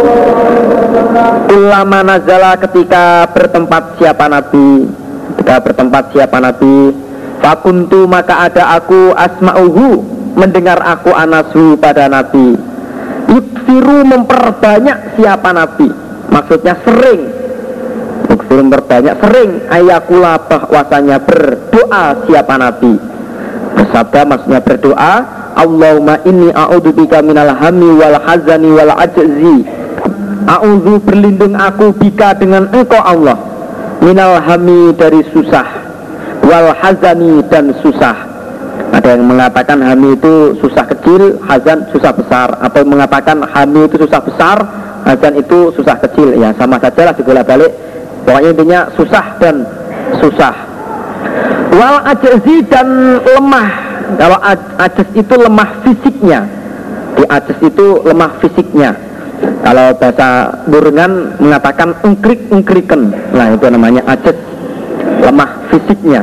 Speaker 1: Ulama nazala ketika bertempat siapa Nabi, ketika bertempat siapa Nabi, fakuntu maka ada aku asma'uhu mendengar aku Anasu pada Nabi, yuksiru memperbanyak siapa Nabi, maksudnya sering, yuksiru memperbanyak sering, ayakula bahwasanya berdoa siapa Nabi, bersabda maksudnya berdoa, Allahumma inni a'udzubika minal hammi wal hazani wal ajzi, a'udzu berlindung aku bika dengan engkau Allah, minal hammi dari susah, wal hazani dan susah. Ada yang mengatakan hami itu susah kecil, hazan susah besar, atau mengatakan hami itu susah besar, hazan itu susah kecil, ya sama saja lah dibolak balik, pokoknya intinya susah dan susah. Wal ajzi dan lemah, kalau ajz itu lemah fisiknya, di ajz itu lemah fisiknya, kalau bahasa Burungan mengatakan engkrik-engkriken, nah itu namanya ajz, lemah fisiknya.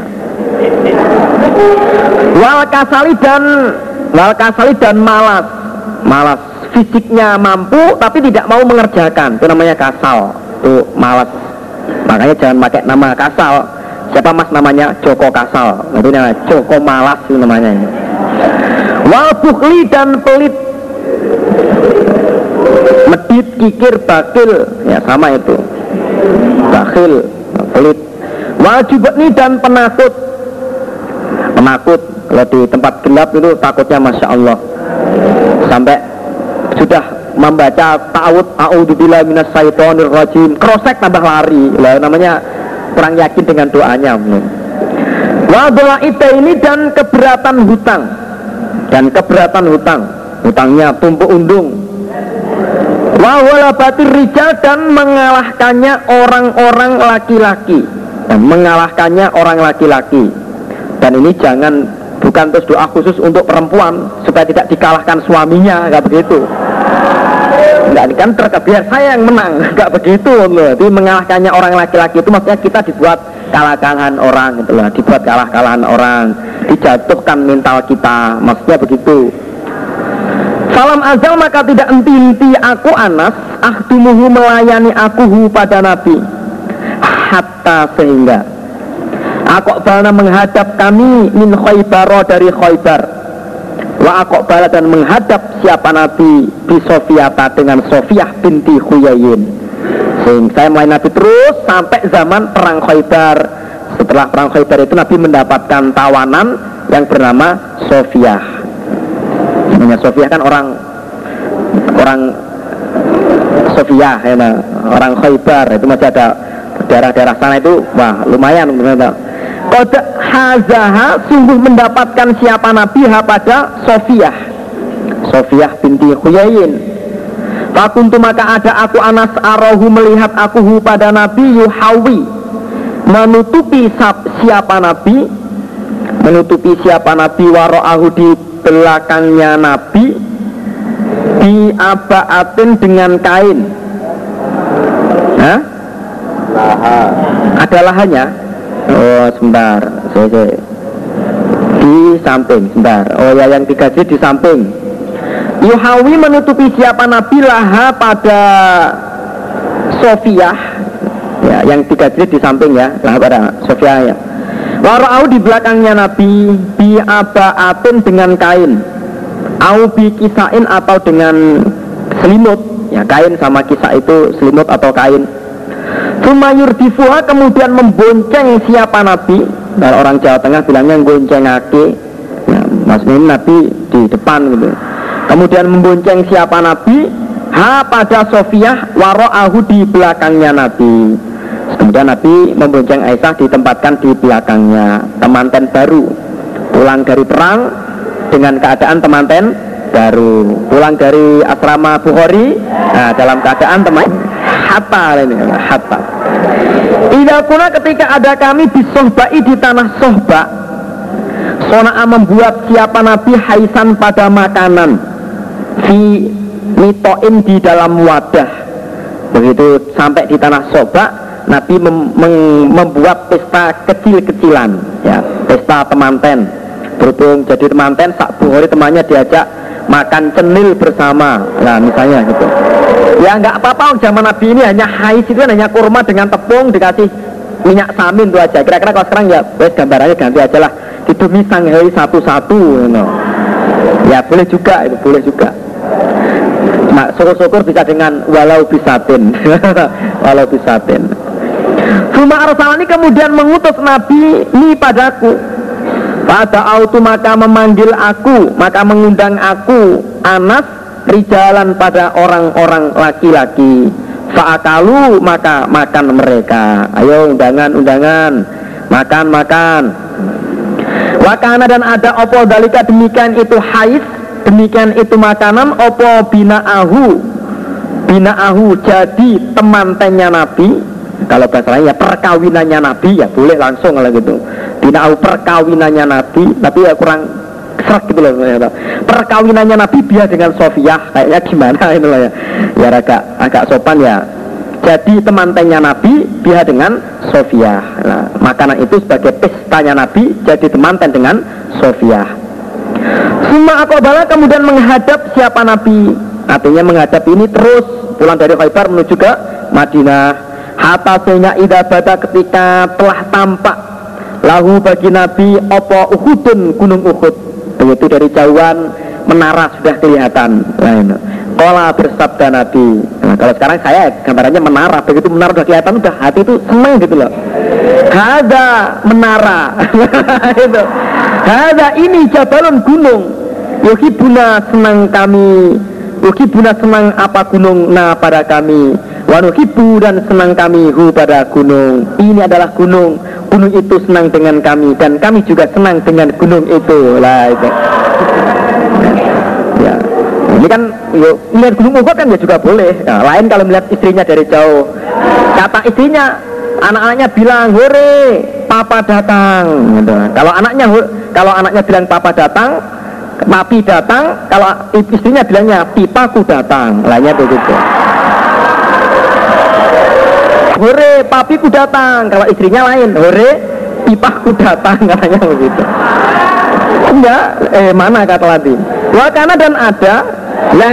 Speaker 1: Wal kasali dan wal kasali dan malas, malas fisiknya mampu tapi tidak mau mengerjakan, itu namanya kasal, itu malas. Makanya jangan pakai nama kasal. Siapa mas namanya? Joko Kasal, itu namanya Joko Malas itu namanya. Wal bukhli dan pelit, medit, kikir, bakil, ya sama itu, bakhil, pelit. Wal jubni dan penakut, penakut kalau di tempat gelap itu takutnya masya Allah sampai sudah membaca ta'awud a'udzubillahi minas syaitonir rajim, krosek tambah lari lah, namanya kurang yakin dengan doanya. Wadola ite ini dan keberatan hutang, dan keberatan hutang, hutangnya tumpuk undung. Wawala batir rijal dan mengalahkannya orang-orang laki-laki, dan mengalahkannya orang laki-laki. Dan ini jangan, bukan terus doa khusus untuk perempuan supaya tidak dikalahkan suaminya, nggak begitu. Enggak, kan terka biar saya yang menang, enggak begitu loh. Jadi mengalahkannya orang laki-laki itu maksudnya kita dibuat kalah-kalahan orang gitu loh, dibuat kalah-kalahan orang, dijatuhkan mental kita, maksudnya begitu. Salam azal maka tidak enti-enti aku Anas ahdumuhu melayani akuhu pada Nabi hatta sehingga aqbala menghadap kami min Khaybar dari Khaybar wa aqbala dan menghadap siapa Nabi bi Sofiyata dengan Sofiyah binti Huyayin. Sehingga saya melayani Nabi terus sampai zaman perang Khaybar. Setelah perang Khaybar itu Nabi mendapatkan tawanan yang bernama Sofiyah. Namanya Sofiyah kan orang orang Sofiyah ya, nah, orang Khaybar itu masih ada daerah-daerah sana itu, wah lumayan benar. Qad hazaha sungguh mendapatkan siapa Nabi ha pada Sofiyah, Sofiyah binti Huyayin. Fakuntu maka ada aku Anas arahu melihat aku pada Nabi yuhawi menutupi siapa Nabi, menutupi siapa Nabi wara'ahu di belakangnya Nabi di abaatin dengan kain. Hah? Laha. Ada lahanya? Oh sebentar, saya, saya. Di samping, sebentar. Oh ya yang tiga J di samping. Yuhawi menutupi siapa Nabi laha pada Sofiyah. Ya, yang tiga J di samping ya, laha pada Sofiyah ya. Wara'au di belakangnya Nabi bi abaatin dengan kain, au bi kisain atau dengan selimut, ya kain sama kisah itu selimut atau kain. Sumayur difuha kemudian membonceng siapa Nabi. Kalau orang Jawa Tengah bilangnya goncengake, ya, maksudnya Nabi di depan gitu. Kemudian membonceng siapa Nabi ha pada Sofiyah wara'ahu di belakangnya Nabi. Kemudian Nabi membonceng Aisyah ditempatkan di belakangnya. Temanten baru pulang dari perang dengan keadaan temanten baru, pulang dari asrama Bukhari, nah dalam keadaan teman hatta ini hatta. Idza kuna ketika ada kami di sohbai di tanah sohba, sona'a membuat siapa Nabi haisan pada makanan fi mitoin di dalam wadah. Begitu sampai di tanah sohba, Nabi mem mem membuat pesta kecil-kecilan, ya pesta temanten. Berhubung jadi temanten, sak Bukhari temannya diajak makan cenil bersama, nah misalnya gitu. Ya nggak apa-apa, zaman Nabi ini hanya hais itu kan hanya kurma dengan tepung dikasih minyak samin itu aja. Kira-kira kalau sekarang ya, wes gambarannya ganti aja lah. Didumi sanghai satu-satu, you know. Ya boleh juga, itu boleh juga. Nah, syukur-syukur bisa dengan walau bisatin, walau bisatin. Suma arsalani kemudian mengutus Nabi ini padaku. Pada autu maka memanggil aku, maka mengundang aku Anas rijalan pada orang-orang laki-laki. Fa'akalu maka makan mereka. Ayo undangan-undangan, makan-makan. Wakana dan ada opo dalika demikian itu hais, demikian itu makanan opo bina'ahu, bina'ahu jadi temantennya Nabi. Kalau bahasanya ya perkawinannya Nabi, ya boleh langsung kalau gitu. Bina'ahu perkawinannya Nabi, tapi ya kurang serak gitu loh. Perkawinannya Nabi biar dengan Sofiyah, kayaknya gimana itu loh ya. Ya agak agak sopan ya. Jadi temantennya Nabi biar dengan Sofiyah. Nah, makanan itu sebagai pestanya Nabi, jadi temanten dengan Sofiyah. Suma aqbala kemudian menghadap siapa Nabi. Artinya menghadap ini terus pulang dari Khaybar menuju ke Madinah. Hatta sehingga idza bada ketika telah tampak lahu bagi Nabi opo Uhudun gunung Uhud. Begitu dari jauhan menara sudah kelihatan. Nah, Kola bersabda Nabi. Nah, kalau sekarang saya gambarannya menara, begitu menara sudah kelihatan udah hati itu seneng gitu loh. Hada menara. Itu. Hada ini jabalun gunung. Yuhibuna senang kami. Yuhibuna senang apa gunung na pada kami. Wanuhibu dan senang kami hu pada gunung. Ini adalah gunung. Gunung itu senang dengan kami dan kami juga senang dengan gunung itu. Lah itu. Ya. Ini kan yuk, melihat gunung Uhud kan ya juga boleh. Nah, lain kalau melihat istrinya dari jauh. Kata istrinya, anak-anaknya bilang, "Hore, papa datang." Gitu. Kalau anaknya kalau anaknya bilang papa datang, papi datang, kalau istrinya bilangnya pipaku datang, lainnya begitu. Hore, papiku datang, kalau istrinya lain, hore, pipaku datang, katanya begitu. Enggak, eh mana kata lagi? Wakana dan ada, nah.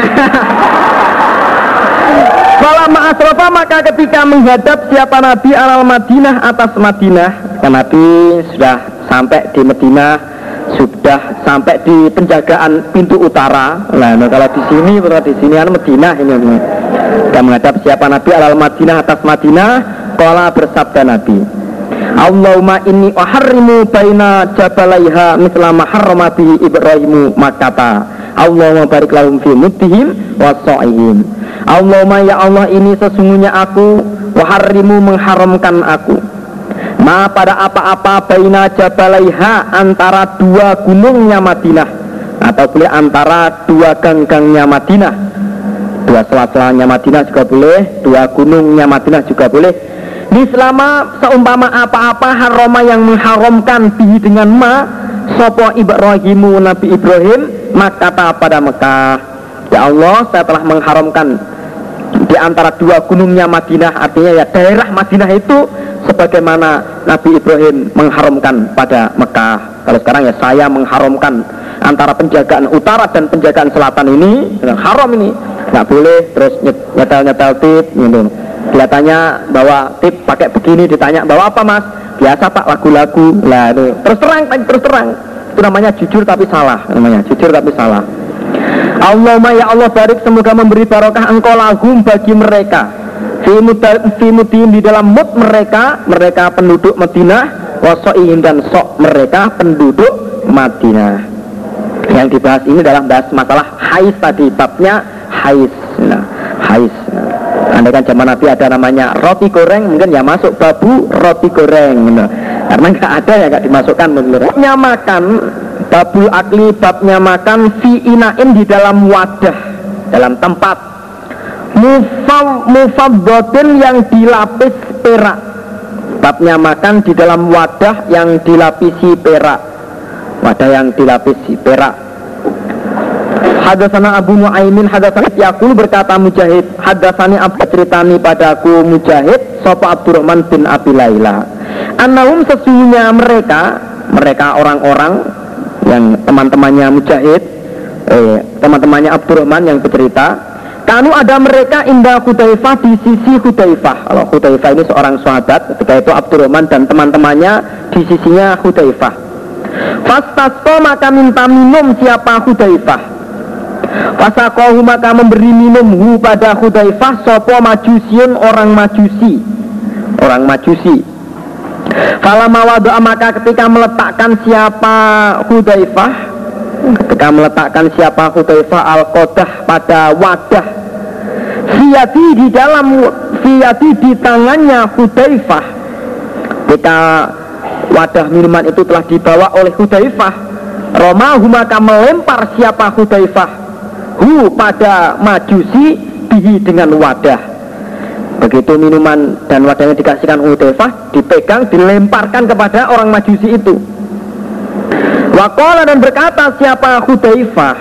Speaker 1: Fala ma'asrofa, maka ketika menghadap siapa Nabi alal Madinah, atas Madinah, kan Nabi sudah sampai di Madinah, sudah sampai di penjagaan pintu utara. Nah, nah kalau di sini, kalau di sini kan Madinah ini. Kita menghadap siapa Nabi alal Madinah, atas Madinah, qala bersabda Nabi, Allahumma inni uharrimu baina jabalaiha misla ma harrama bihi Ibrahimu Makkata. Allahumma barik lahum fi muddihim wa sa'ihim. Allahumma ya Allah, ini sesungguhnya aku uharrimu mengharamkan aku ma pada apa-apa baina jabalaiha antara dua gunungnya Madinah, atau boleh antara dua ganggangnya Madinah, dua sela-selanya Madinah juga boleh, dua gunungnya Madinah juga boleh. Ini selama seumpama apa-apa haroma yang mengharamkan bihi dengan ma sopo Ibrahimu Nabi Ibrahim Makkata pada Mekah. Ya Allah, saya telah mengharamkan di antara dua gunungnya Madinah, artinya ya daerah Madinah itu sebagaimana Nabi Ibrahim mengharamkan pada Mekah. Kalau sekarang ya saya mengharamkan antara penjagaan utara dan penjagaan selatan ini, haram ini, nggak boleh terus nyetel-nyetel tip gitu. Kelihatannya bawa tip pakai begini, ditanya bawa apa mas? Biasa pak, lagu-lagu lah itu. Terus terang, terus terang. Itu namanya jujur tapi salah, namanya jujur tapi salah. Allahumma ya Allah barik, semoga memberi barokah engkau lahum bagi mereka fi mudin di dalam mud mereka, mereka penduduk Madinah, waso'ihim dan sok mereka penduduk Madinah. Yang dibahas ini dalam bahas masalah haiz tadi, babnya haiz. Nah, haiz. Andai kan zaman Nabi ada namanya roti goreng, mungkin ya masuk babu roti goreng, gitu. Karena nggak ada ya nggak dimasukkan begitu. Babnya makan, babul akli, babnya makan fi inain di dalam wadah, dalam tempat mufam mufaddotin yang dilapis perak. Babnya makan di dalam wadah yang dilapisi perak, wadah yang dilapisi perak. Hadatsana Abu Nuaimin hadatsana Yaqul, berkata Mujahid, hadatsani Abu ceritani padaku Mujahid sapa Abdurrahman bin Abi Laila, annahum sesungguhnya mereka mereka orang-orang yang teman-temannya Mujahid, eh, teman-temannya Abdurrahman yang bercerita, kanu ada mereka indah Hudzaifah, di sisi Hudzaifah. Kalau Hudzaifah ini seorang sahabat, ketika itu Abdurrahman dan teman-temannya di sisinya Hudzaifah. Fastasqa, maka minta minum siapa Hudzaifah. Fasaqahu, maka memberi minum hu pada Hudzaifah sopo majusiun, orang majusi, orang majusi. Falamma wada'a, maka ketika meletakkan siapa Hudzaifah, ketika meletakkan siapa Hudzaifah al-qadah pada wadah, fiyadi di dalam fiyadi di tangannya Hudzaifah, ketika wadah minuman itu telah dibawa oleh Hudzaifah, romahu, maka melempar siapa Hudzaifah hu pada majusi bihi dengan wadah. Begitu minuman dan wadahnya dikasihkan Hudzaifah, dipegang, dilemparkan kepada orang majusi itu. Waqala, dan berkata siapa Hudzaifah,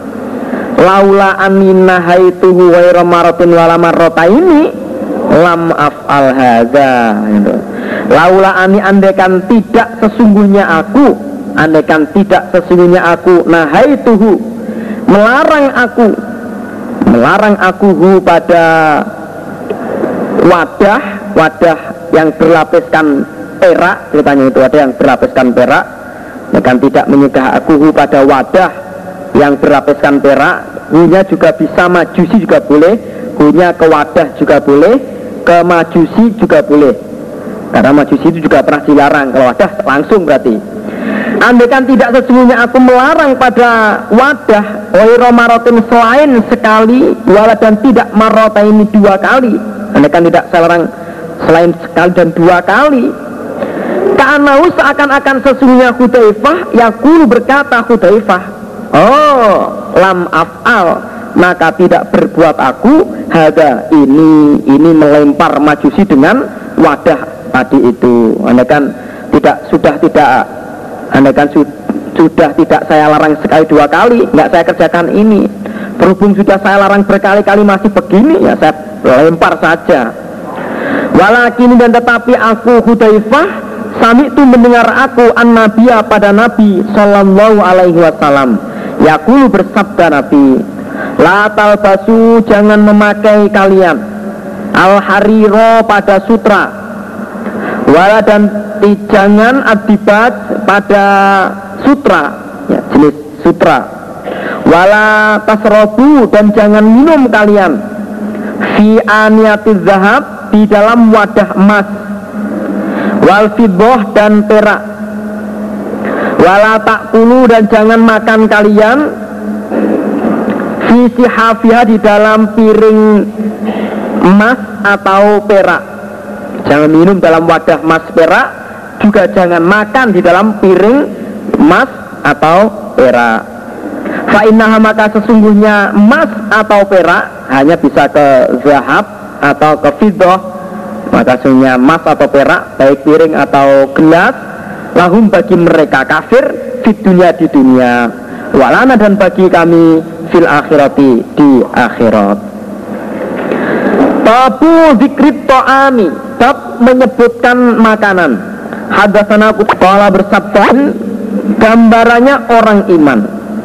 Speaker 1: laula anina haituhu ghairu maratin wala marrataini lam af'al hadza. Laula ani, andekan tidak sesungguhnya aku, andekan tidak sesungguhnya aku nahaituhu, melarang aku, melarang aku hu pada wadah, wadah yang berlapiskan perak, ceritanya itu wadah yang berlapiskan perak, dan tidak menyegah aku hu pada wadah yang berlapiskan perak. Hunya juga bisa majusi juga boleh, hunya ke wadah juga boleh, ke majusi juga boleh, karena majusi itu juga pernah dilarang. Kalau wadah langsung berarti. Andaikan tidak sesungguhnya aku melarang pada wadah ghairu maratin, selain sekali, wala dan tidak marota ini dua kali. Andaikan tidak saya larang selain sekali dan dua kali, ka'anau, seakan-akan sesungguhnya Hudzaifah yaqulu, berkata Hudzaifah, oh lam af'al, maka tidak berbuat aku hada ini ini melempar majusi dengan wadah tadi itu. Andaikan tidak sudah tidak Andai kan su sudah tidak saya larang sekali dua kali, nggak saya kerjakan ini. Berhubung sudah saya larang berkali-kali masih begini, ya saya lempar saja. Walakin dan tetapi aku Hudzaifah sami itu mendengar aku an-nabiya pada Nabi sallallahu alaihi wasallam yaqulu bersabda Nabi, la talbasu jangan memakai kalian al-harira pada sutra, wala dan jangan adibat pada sutra, ya, jenis sutra, wala tasrobu dan jangan minum kalian fi aniyatiz zahab di dalam wadah emas, wal fiddah dan perak, wala takulu dan jangan makan kalian fi sihafiha di dalam piring emas atau perak. Jangan minum dalam wadah emas perak, juga jangan makan di dalam piring emas atau perak. Fa innaha maka sesungguhnya emas atau perak hanya bisa ke zahab atau ke fiddah, maka sesungguhnya emas atau perak baik piring atau gelas lahum bagi mereka kafir di dunia di dunia, walana dan bagi kami fil akhirati di akhirat. Babu zikrit to'ami, bab menyebutkan makanan. Hadatsana qala bersabda gambarannya orang iman.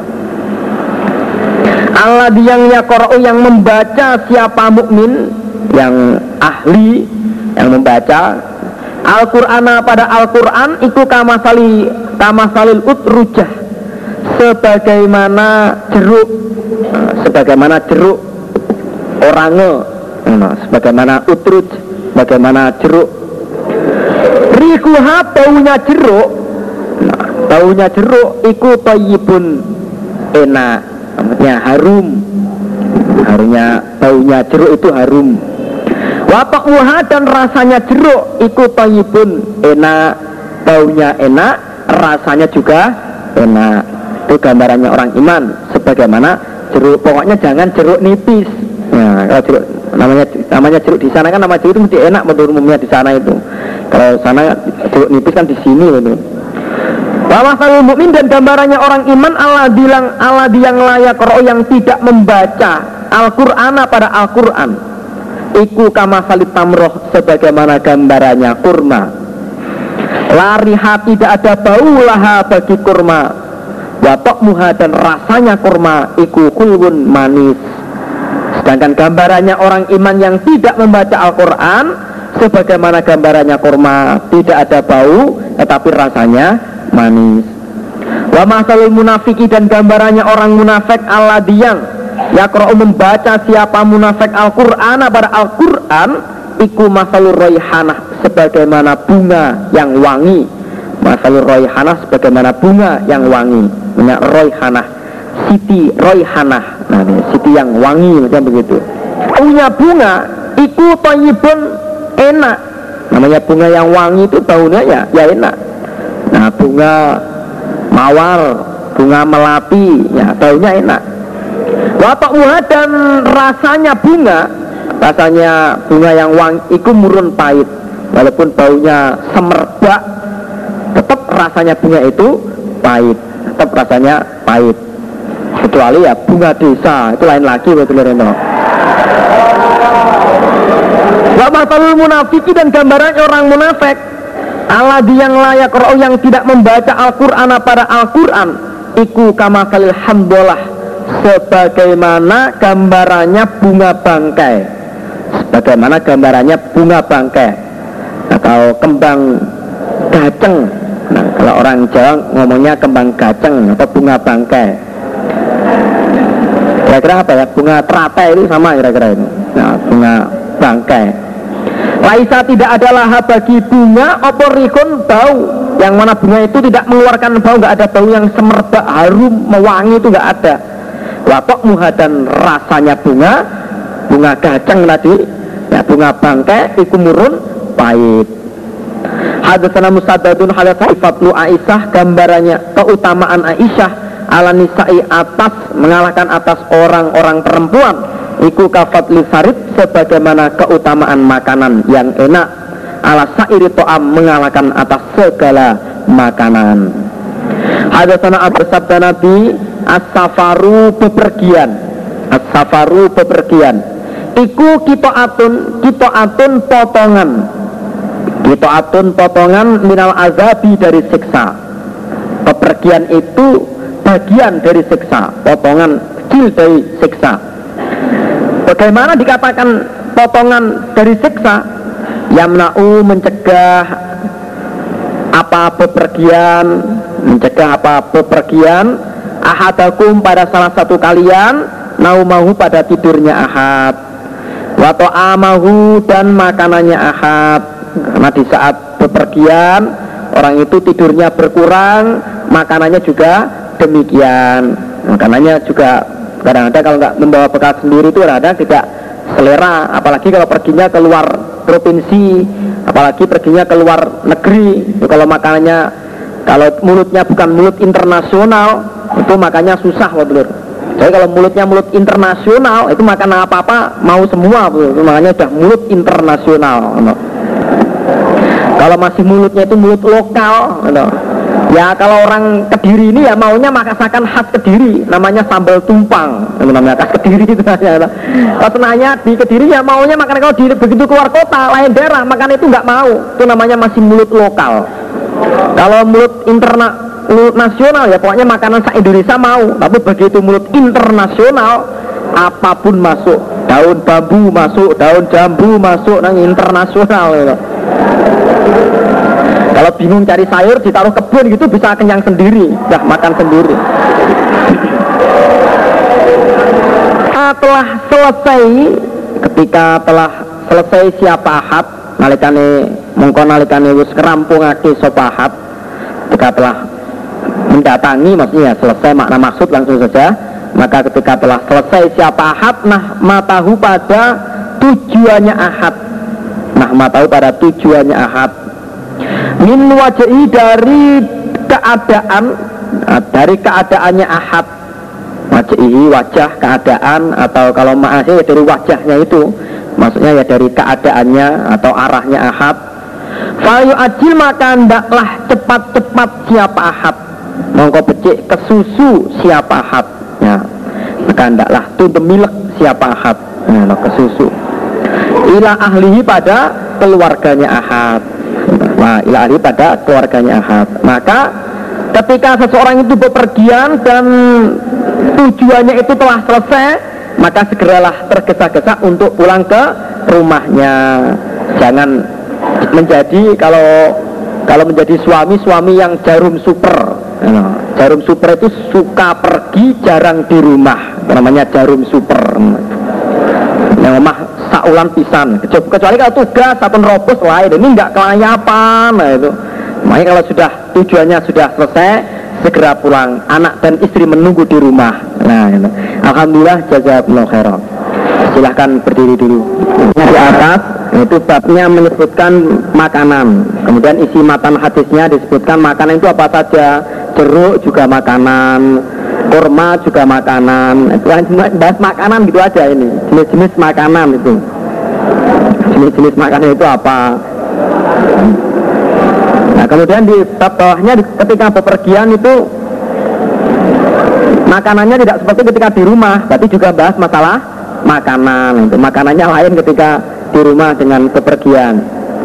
Speaker 1: Allah yang yaqra'u yang membaca siapa mukmin yang ahli yang membaca Al-Qur'ana pada Al-Qur'an iku kamasali kamasalil utrujah sebagaimana jeruk sebagaimana jeruk orange, nah, sebagaimana utruj, bagaimana jeruk. Rikuha baunya jeruk, nah, baunya jeruk iku thayyibun enak, maksudnya harum, harumnya baunya jeruk itu harum. Wataquha dan rasanya jeruk iku thayyibun enak, baunya enak, rasanya juga enak. Itu gambarannya orang iman sebagaimana jeruk, pokoknya jangan jeruk nipis. Nah, kalau jeruk namanya namanya jeruk di sana kan nama jeruk itu mesti enak menurut umumnya di sana itu. Kalau sana jeruk nipis kan di sini itu. Wa masalul mukmin dan gambarannya orang iman Allah bilang Allah yang layak roh yang tidak membaca Al-Qur'ana pada Al-Qur'an. Iku kama salit tamroh sebagaimana gambarannya kurma. Lariha tidak ada bau laha bagi kurma. Watok muha dan rasanya kurma iku kulun manis. Sedangkan gambarannya orang iman yang tidak membaca Al-Quran sebagaimana gambarannya kurma, tidak ada bau tetapi rasanya manis. Wa masalul munafiki dan gambarannya orang munafik alladiyang yaqra'u membaca siapa munafik Al-Quran pada Al-Quran iku masalul raihanah sebagaimana bunga yang wangi. Masalul raihanah sebagaimana bunga yang wangi. Banyak raihanah, siti raihanah, nah ini siti yang wangi macam begitu. Punya bunga iku thayyibun enak. Namanya bunga yang wangi itu baunya ya, ya enak. Nah bunga mawar, bunga melapi ya baunya enak. Wataquha dan rasanya bunga, rasanya bunga yang wangi iku murun pahit. Walaupun baunya semerbak, tetap rasanya bunga itu pahit, tetap rasanya pahit. Kecuali ya bunga desa itu lain lagi betul Reno. Wa masalul munafiki dan gambaran orang munafik alladzi yang layak roh yang tidak membaca Al-Qur'an pada Al-Qur'an iku kama kalil hamdolah sebagaimana gambarannya bunga bangkai, sebagaimana gambarannya bunga bangkai atau kembang gaceng. Nah, kalau orang Jawa ngomongnya kembang gaceng atau bunga bangkai. Kira-kira apa ya? Bunga teratai itu sama kira-kira ini. Nah, bunga bangkai. Laisa tidak ada laha bagi bunga oporikun bau, yang mana bunga itu tidak mengeluarkan bau, nggak ada bau yang semerbak harum mewangi, itu nggak ada. Watok muha dan rasanya bunga bunga gaceng tadi ya, bunga bangkai iku murun pahit. Hadatsana Musaddadun hadatsana Fatlu Aisyah gambarannya keutamaan Aisyah ala nisa'i atas mengalahkan atas orang-orang perempuan iku kafatli sarid sebagaimana keutamaan makanan yang enak ala sa'iri to'am mengalahkan atas segala makanan. Hadatsana bersabda Nabi, as-safaru bepergian, as-safaru bepergian. Iku kitoatun, kitoatun potongan, kitoatun potongan minal azabi dari siksa. Bepergian itu bagian dari siksa, potongan kecil dari siksa. Bagaimana dikatakan potongan dari siksa? Yamna'u mencegah apa bepergian, mencegah apa bepergian ahadakum pada salah satu kalian, naumahu pada tidurnya ahad, wa ta'amahu dan makanannya ahad. Karena di saat bepergian orang itu tidurnya berkurang, makanannya juga demikian. Makanannya juga kadang-kadang kalau nggak membawa bekal sendiri itu kadang-kadang tidak selera, apalagi kalau perginya keluar provinsi, apalagi perginya keluar negeri. Kalau makanannya, kalau mulutnya bukan mulut internasional, itu makannya susah, betul. Jadi kalau mulutnya mulut internasional, itu makan apa-apa mau semua, betul. Makanya udah mulut internasional. Kalau masih mulutnya itu mulut lokal, betul. Ya kalau orang Kediri ini ya maunya masakan khas Kediri, namanya sambal tumpang, namanya khas Kediri itu aja. Kalau senanya di Kediri ya maunya makan, kalau di, begitu keluar kota lain daerah makan itu nggak mau, itu namanya masih mulut lokal. Kalau mulut interna, mulut nasional ya pokoknya makanan se Indonesia mau, tapi begitu mulut internasional apapun masuk, daun bambu masuk, daun jambu masuk, nang internasional gitu. Kalau bingung cari sayur ditaruh kebun gitu bisa kenyang sendiri, dah makan sendiri. Setelah selesai, ketika telah selesai siapa ahad, nalikane mongko nalikane wis kerampungake sapa ahad, ketika telah mendatangi, maksudnya selesai makna maksud langsung saja, maka ketika telah selesai siapa ahad, nah matahu pada tujuannya ahad, nah matahu pada tujuannya ahad, min wajhi dari keadaan, nah, dari keadaannya ahad, wajhi wajah keadaan, atau kalau maksudnya ya dari wajahnya itu, maksudnya ya dari keadaannya atau arahnya ahad. Fayu ajil maka ndaklah cepat-cepat siapa ahad, mongko becik kesusu siapa ahad, ya maka ndaklah tuh milek siapa ahad, ya, kesusu ila ahlihi pada keluarganya ahad. Nah, ila ahli pada keluarganya ahad. Maka ketika seseorang itu bepergian dan tujuannya itu telah selesai, maka segeralah tergesa-gesa untuk pulang ke rumahnya. Jangan menjadi kalau kalau menjadi suami suami yang jarum super. Nah, jarum super itu suka pergi jarang di rumah, namanya jarum super. Yang rumah saulan pisan, kecuali kalau tugas atau nerobos lain, ini enggak kelayapan. Nah itu, makanya kalau sudah tujuannya sudah selesai, segera pulang. Anak dan istri menunggu di rumah. Nah itu. Alhamdulillah, jazakumullah khairan. Silahkan berdiri dulu. Di atas itu babnya menyebutkan makanan, kemudian isi matan hadisnya disebutkan makanan itu apa saja. Jeruk juga makanan, kurma juga makanan. Itu bahas makanan gitu aja ini. Jenis-jenis makanan itu. Jenis-jenis makanan itu apa? Nah, kemudian di bab bawahnya ketika bepergian itu makanannya tidak seperti ketika di rumah. Berarti juga bahas masalah makanan. Itu makanannya lain ketika di rumah dengan bepergian.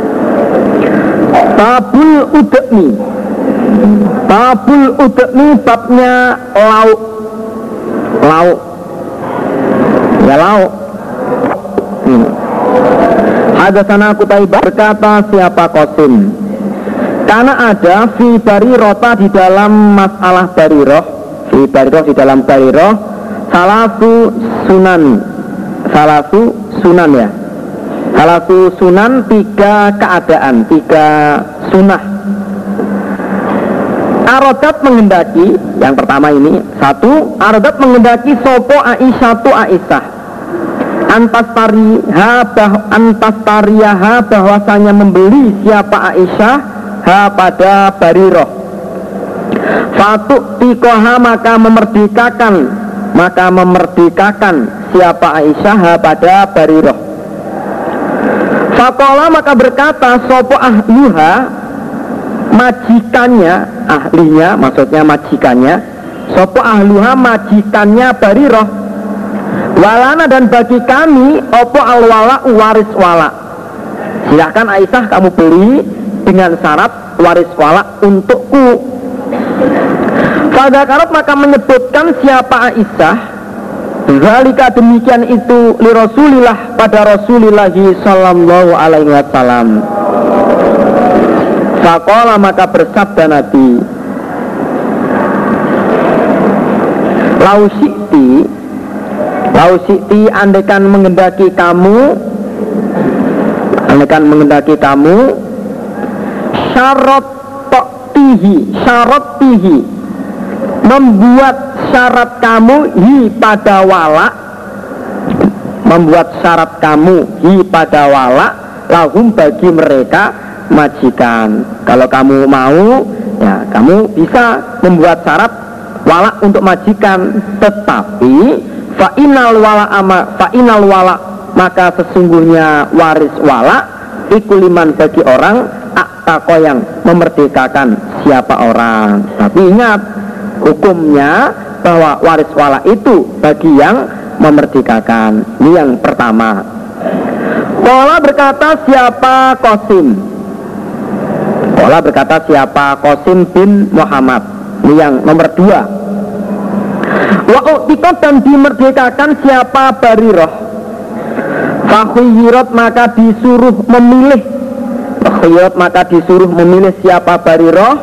Speaker 1: Babul udekni. Babul udekni babnya lauk. Lauk. Ya lauk. Hmm. Hadatsana Qutaibah berkata siapa Qasim, karena ada fi barirota di dalam masalah bariroh, fi bariroh di dalam bariroh salatu sunan, salatu sunan ya, salatu sunan tiga keadaan, tiga sunnah. Arodat menghendaki, yang pertama ini satu, arodat menghendaki sopo Aisyah tu Aisyah antastariha bah, antastariyaha bahwasanya membeli siapa Aisyah ha pada bariroh. Fatuk tikoha maka memerdekakan, maka memerdekakan siapa Aisyah ha pada bariroh. Fakola maka berkata sopo ahluha majikannya, ahlinya, maksudnya majikannya, sopo ahluha majikannya Barirah, walana dan bagi kami opo alwala waris wala. Silahkan Aisyah kamu beli dengan syarat waris wala untukku. Pada karat maka menyebutkan siapa Aisyah, zalika demikian itu li Rasulillah pada Rasulillah sallallahu alaihi wasallam. Faqala maka bersabda Nabi, lau syi'ti, lau syi'ti andaikan mengendaki kamu, andaikan mengendaki kamu, syarat tihi, syarat tihi, membuat syarat kamu hi pada wala, membuat syarat kamu hi pada wala, lahum bagi mereka majikan. Kalau kamu mau, ya kamu bisa membuat syarat wala untuk majikan. Tetapi fa'inal wala ama fa'inal wala, maka sesungguhnya waris wala ikuliman bagi orang aktako yang memerdekakan siapa orang. Tapi ingat hukumnya bahwa waris wala itu bagi yang memerdekakan. Ini yang pertama. Qala berkata siapa Qasim, Qala berkata siapa Qasim bin Muhammad. Ini yang nomor dua. Wa u'tiqat dan dimerdekakan siapa Barirah. Fakhirat maka disuruh memilih, Fakhirat maka disuruh memilih siapa Barirah.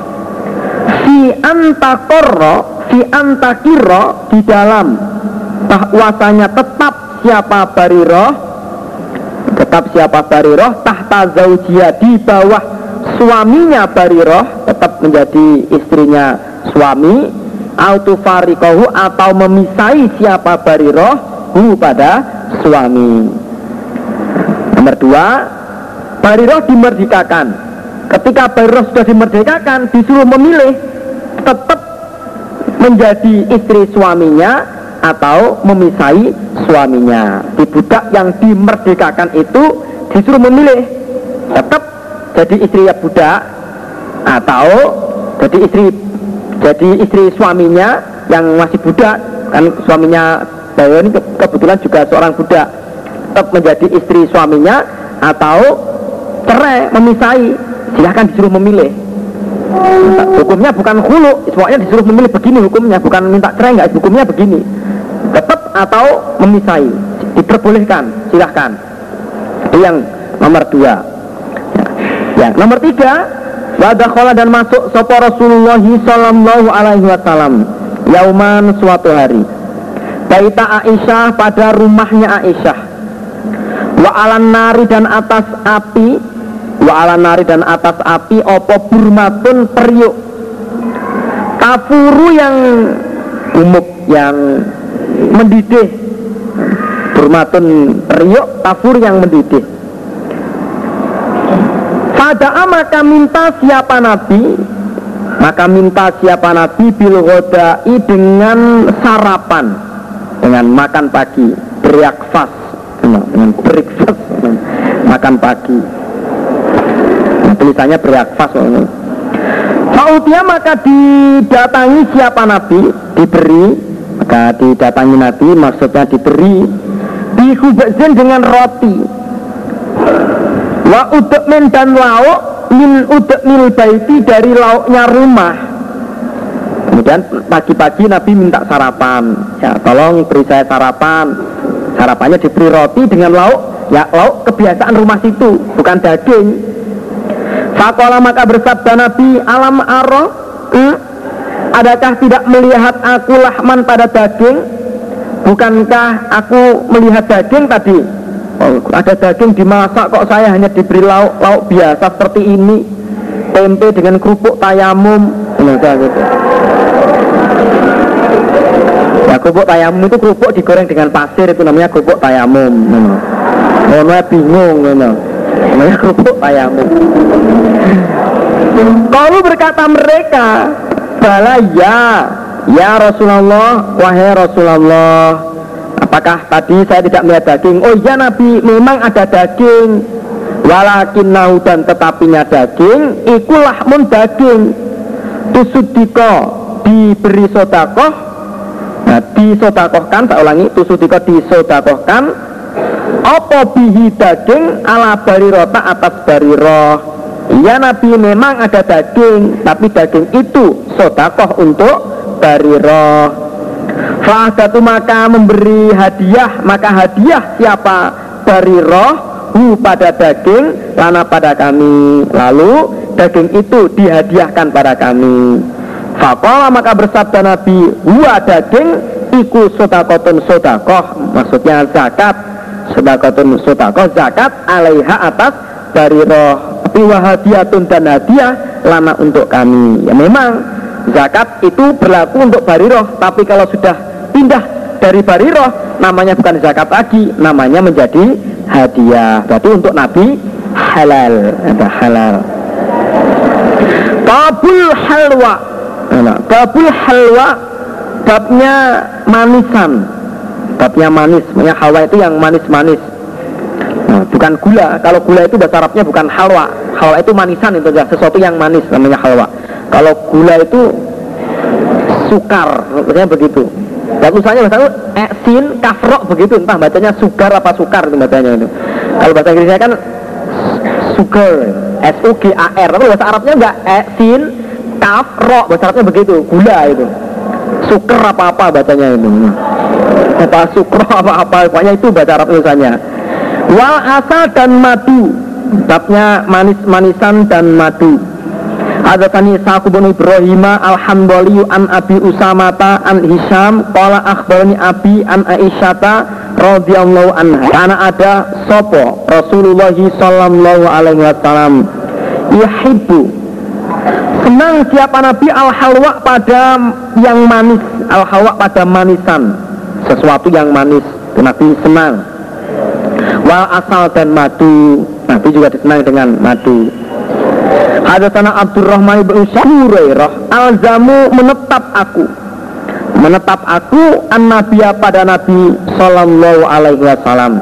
Speaker 1: Fi antakorro, fi antakiro, di dalam bahwasanya tetap siapa Barirah, tetap siapa Barirah tahta zaujiyah, di bawah suaminya Barirah, tetap menjadi istrinya suami, autufariqahu atau memisai siapa Barirah hu pada suami. Nomor dua, Barirah dimerdekakan. Ketika Barirah sudah dimerdekakan, disuruh memilih tetap menjadi istri suaminya atau memisai suaminya. Di budak yang dimerdekakan itu disuruh memilih tetap jadi istri budak atau jadi istri jadi istri suaminya yang masih budak. Kan suaminya Bayo ini kebetulan juga seorang budak, tetap menjadi istri suaminya atau cerai, memisai. Silahkan disuruh memilih. Hukumnya bukan khulu, semuanya disuruh memilih begini hukumnya, bukan minta cerai, enggak, hukumnya begini, tetap atau memisai, diperbolehkan, silahkan. Itu yang nomor dua. Ya, nomor tiga, wadakhala dan masuk sapa Rasulullah sallallahu alaihi wasallam yauman suatu hari, baita Aisyah pada rumahnya Aisyah, wa alan nari dan atas api, wa alan nari dan atas api opo burmatun periuk, kafuru yang umuk yang mendidih, burmatun periuk kafur yang mendidih. Pada maka minta siapa Nabi, maka minta siapa Nabi bil ghodai dengan sarapan, dengan makan pagi, breakfast, dengan breakfast, makan pagi. Nah, tulisannya breakfast. Fautia maka didatangi siapa Nabi, diberi, maka didatangi Nabi maksudnya diberi bihubazin dengan roti. Wa udakmin dan lauk min udakmil baiti dari lauknya rumah. Kemudian pagi-pagi Nabi minta sarapan, ya tolong beri saya sarapan. Sarapannya diberi roti dengan lauk, ya lauk kebiasaan rumah situ, bukan daging. Faqala maka bersabda Nabi, alam aro, hmm? adakah tidak melihat aku lahman pada daging? Bukankah aku melihat daging tadi? Oh, ada daging dimasak kok saya hanya diberi lauk lauk biasa seperti ini, tempe dengan kerupuk tayamum, gitu. Ya kerupuk tayamum itu kerupuk digoreng dengan pasir, itu namanya kerupuk tayamum. Ngono bingung, ngono. Namanya kerupuk tayamum. Kalau berkata mereka, bala ya, ya Rasulullah, wahai Rasulullah. Apakah tadi saya tidak melihat daging? Oh iya Nabi, memang ada daging. Walakin nahu dan tetapinya daging iku lahmun daging tusudiko diberi sodakoh. Nah disodakohkan, tak ulangi, tusudiko disodakohkan apa bihi daging ala barirota atas bariroh. Ya Nabi memang ada daging, tapi daging itu sodakoh untuk bariroh. Fa'adatu maka memberi hadiah, maka hadiah siapa bariroh hu pada daging lana pada kami, lalu daging itu dihadiahkan pada kami. Faqala maka bersabda Nabi, huwa daging iku sodakotun sodakoh, maksudnya zakat, sodakotun sodakoh zakat alaiha atas bariroh, tapi wahadiatun dan hadiah lana untuk kami. Ya memang zakat itu berlaku untuk bariroh, tapi kalau sudah pindah dari bariroh namanya bukan zakat lagi, namanya menjadi hadiah. Berarti untuk Nabi halal, ada halal. Babul halwa, nah, babul halwa babnya manisan, babnya manis, maksudnya halwa itu yang manis-manis. Nah, bukan gula. Kalau gula itu bahasa Arabnya bukan halwa. Halwa itu manisan, itu ya, sesuatu yang manis namanya halwa. Kalau gula itu sukar, maksudnya begitu. Dan usahanya bahasa eksin, kafrok begitu, entah bacanya sugar apa sukar itu bacanya itu. Kalau bahasa Inggrisnya kan sugar, S U G A R. Tapi bahasa Arabnya enggak, eksin, kafrok, bahasa Arabnya begitu, gula itu. Suker apa-apa bacanya itu. Apa sukro apa-apa, pokoknya itu bahasa Arab usahanya. Wal asal dan madu, babnya manis-manisan dan madu. Hadatsani Sa'd bin Ibrahim al-Hanbali an Abi Usamata an Hisham qala akhbarani Abi an Aisyata radhiyallahu anha. Karena ada sopo Rasulullah sallallahu alaihi wasallam yuhibbu, senang siapa Nabi al-halwa pada yang manis, al-halwa pada manisan, sesuatu yang manis, Nabi senang. Wal asal dan madu, Nabi juga disenang dengan madu. Hadatsana Abdurrahman bin Hurairah alzamu menetap aku, menetap aku an-nabiya pada Nabi sallallahu alaihi wasallam.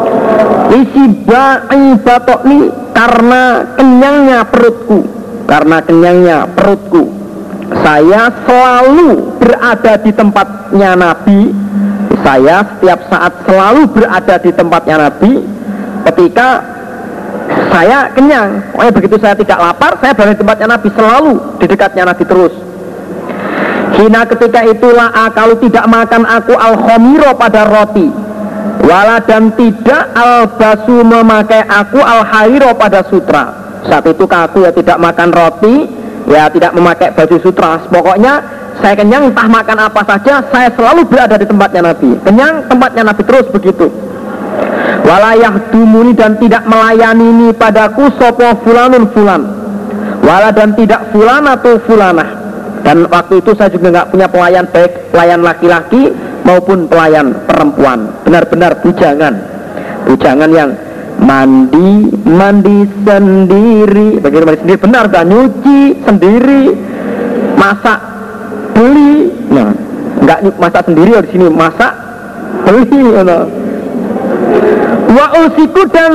Speaker 1: Isibai batokni, karena kenyangnya perutku, karena kenyangnya perutku. Saya selalu berada di tempatnya Nabi. Saya setiap saat selalu berada di tempatnya Nabi ketika saya kenyang. Pokoknya begitu saya tidak lapar, saya berada di tempatnya Nabi, selalu di dekatnya Nabi terus. Hina ketika itulah kalau tidak makan aku al-khomiro pada roti, wala dan tidak al-basu memakai aku al-hariro pada sutra. Saat itu aku ya tidak makan roti, ya tidak memakai baju sutra. Pokoknya saya kenyang, entah makan apa saja, saya selalu berada di tempatnya Nabi. Kenyang, tempatnya Nabi terus begitu. Walayah dumuni dan tidak melayani ini padaku sopo fulanun fulan, wala dan tidak fulan atau fulanah. Dan waktu itu saya juga nggak punya pelayan, baik pelayan laki-laki maupun pelayan perempuan. Benar-benar bujangan, bujangan yang mandi mandi sendiri, bagaimana mandi sendiri, benar dan nyuci sendiri, masak beli, nah nggak masak sendiri di sini, masak beli, nah. Wa ulsiku dan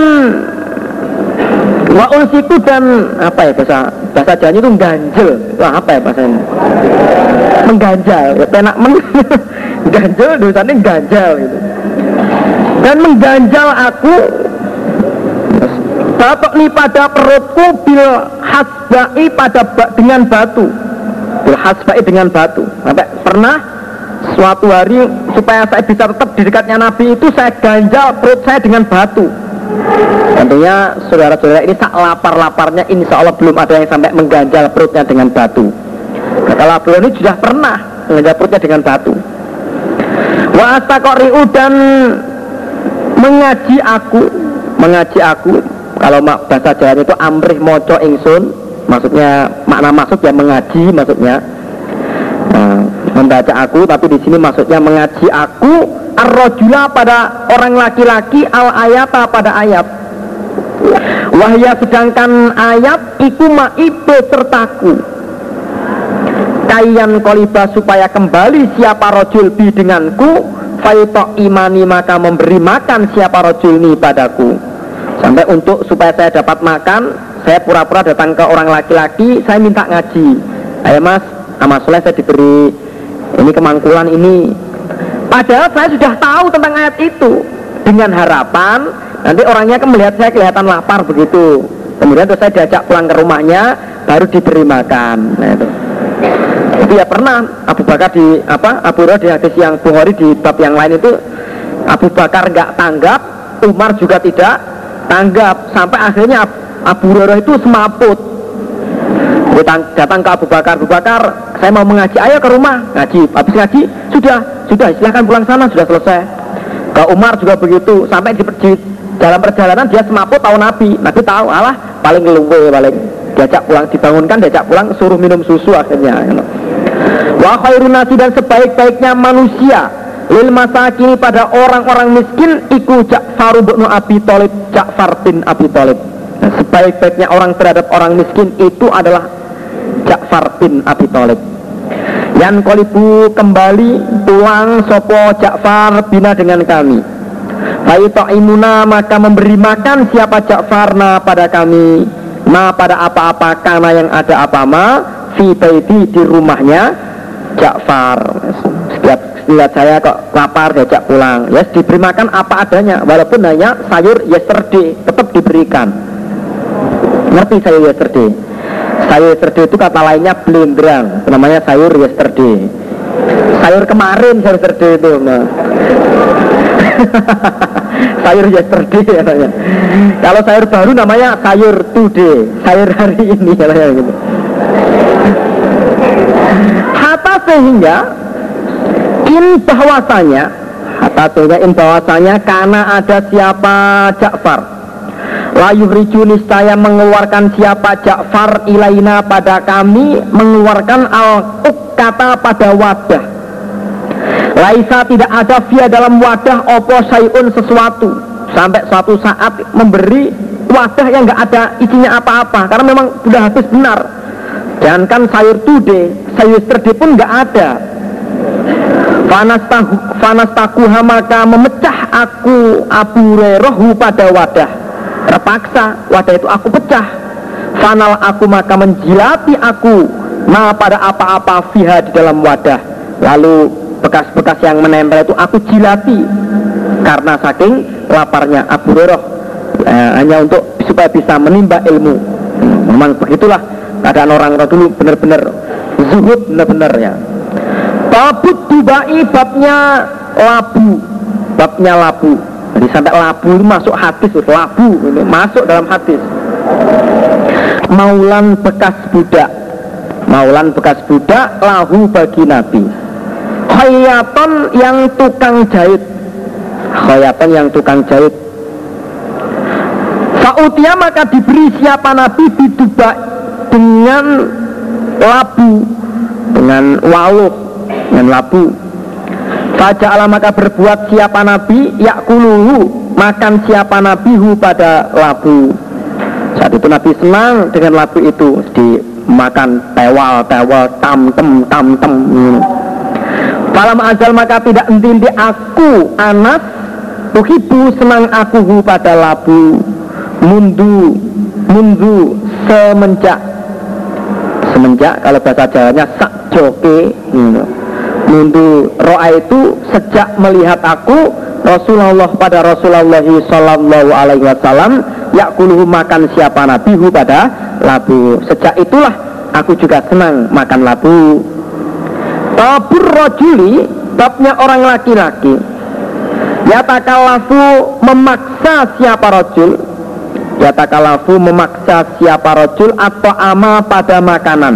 Speaker 1: wa ulsiku dan apa ya bahasa bahasa Jawa itu ganjel. Wah, apa ya bahasanya? Mengganjal, ya penak men ganjel dosanya ganjal gitu. Dan mengganjal aku batok nih pada perutku bil hasbai pada dengan batu. Bil hasbai dengan batu. Sampai pernah suatu hari supaya saya bisa tetap di dekatnya Nabi itu saya ganjal perut saya dengan batu. Tentunya saudara-saudara ini tak lapar-laparnya insya Allah belum ada yang sampai mengganjal perutnya dengan batu. Nah, kalau beliau ini sudah pernah mengganjal perutnya dengan batu. Wa astaqri'u dan mengaji aku, mengaji aku. Kalau bahasa Jawa itu amrih moco ingsun, maksudnya makna maksud ya mengaji maksudnya. Nah, membaca aku, tapi di sini maksudnya mengaji aku ar-rajula pada orang laki-laki, al-ayata pada ayat. Wahya sedangkan ayat iku ma'ibe sertaku. Kayan kolibah supaya kembali siapa rajul bi denganku, faitok imani maka memberi makan siapa rajul ni padaku. Sampai untuk supaya saya dapat makan, saya pura-pura datang ke orang laki-laki, saya minta ngaji. Ayo mas, sama soleh saya diberi ini kemangkulan ini. Padahal saya sudah tahu tentang ayat itu, dengan harapan nanti orangnya kan melihat saya kelihatan lapar begitu. Kemudian terus saya diajak pulang ke rumahnya, baru diberi makan. Nah, itu. Itu ya pernah Abu Bakar di apa? Abu Hurairah di hadis yang Bukhari di bab yang lain itu, Abu Bakar nggak tanggap, Umar juga tidak tanggap, sampai akhirnya Abu Hurairah itu semaput. Datang ke Abu Bakar, Abu Bakar, saya mau mengaji, ayo ke rumah ngaji. Habis ngaji, sudah, sudah, silahkan pulang sana, sudah selesai. Ke Umar juga begitu, sampai di, di dalam perjalanan dia semaput tahu Nabi. Nabi tahu, alah paling luwe, paling diajak pulang, dibangunkan, diajak pulang, suruh minum susu akhirnya. Wa khairun nasi, dan sebaik-baiknya manusia lil masakin pada orang-orang miskin iku Ja'far bin Abi Thalib, Ja'far bin Abi Thalib. Nah, sebaik-baiknya orang terhadap orang miskin itu adalah Ja'far bin Abi Thalib. Yang kolibu kembali pulang sopo Ja'far bina dengan kami. Fayuta'imuna, maka memberi makan siapa Ja'farna pada kami, ma pada apa-apa karena yang ada apa ma fi baiti di rumahnya Ja'far. Setiap lihat saya kok lapar diajak pulang, ya yes, diberi makan apa adanya, walaupun hanya sayur yesterday tetap diberikan. Ngerti sayur yesterday? Sayur yesterday itu kata lainnya blendrang, namanya sayur yesterday. Sayur kemarin sayur yesterday itu. Nah. Sayur yesterday namanya. Kalau sayur baru namanya sayur today, sayur hari ini namanya gitu. Hatta sehingga in bahwasanya, hatta sehingga in bahwasanya karena ada siapa Ja'far, layu rijuni saya mengeluarkan siapa Ja'far ilaina pada kami, mengeluarkan al-ukkata pada wadah. Laisa tidak ada via dalam wadah opo sayun sesuatu, sampai suatu saat memberi wadah yang nggak ada isinya apa-apa karena memang sudah habis benar. Jangankan sayur today, sayur yesterday pun nggak ada. Fanastahu fanastakuha, maka memecah aku Abu Hurairah pada wadah. Terpaksa wadah itu aku pecah. Fanal aku, maka menjilati aku ma pada apa-apa fiha di dalam wadah. Lalu bekas-bekas yang menempel itu aku jilati karena saking laparnya Abu Hurairah, eh, hanya untuk supaya bisa menimba ilmu. Memang begitulah keadaan orang dulu, benar-benar zuhud, benar-benar ya. Tabut dubai, babnya labu, babnya labu. Jadi sampai labu itu masuk hadis, labu ini masuk dalam hadis. Maulan bekas budak, maulan bekas budak lahu bagi Nabi. Khayaton yang tukang jahit, khayaton yang tukang jahit. Fa'utia, maka diberi siapa Nabi biduba dengan labu, dengan waluh, dengan labu. Faja'ala, maka berbuat siapa Nabi yakuluhu, makan siapa Nabi hu pada labu. Saat itu Nabi senang dengan labu itu, dimakan tewal, tewal, tam tem, tam tem. Falam azal, maka tidak henti aku Anas tuhibu senang aku hu pada labu. Mundu, mundu semenjak, semenjak kalau bahasa Jawanya sak joke. Mundu ro'a itu sejak melihat aku Rasulullah pada Rasulullah sallallahu alaihi wasallam yakuluhu, makan siapa Nabi hu pada labu. Sejak itulah aku juga senang makan labu. Tabur rojuli, babnya orang laki-laki. Yatakalafu, memaksa siapa rojul. Yatakalafu, memaksa siapa rojul atau ama pada makanan.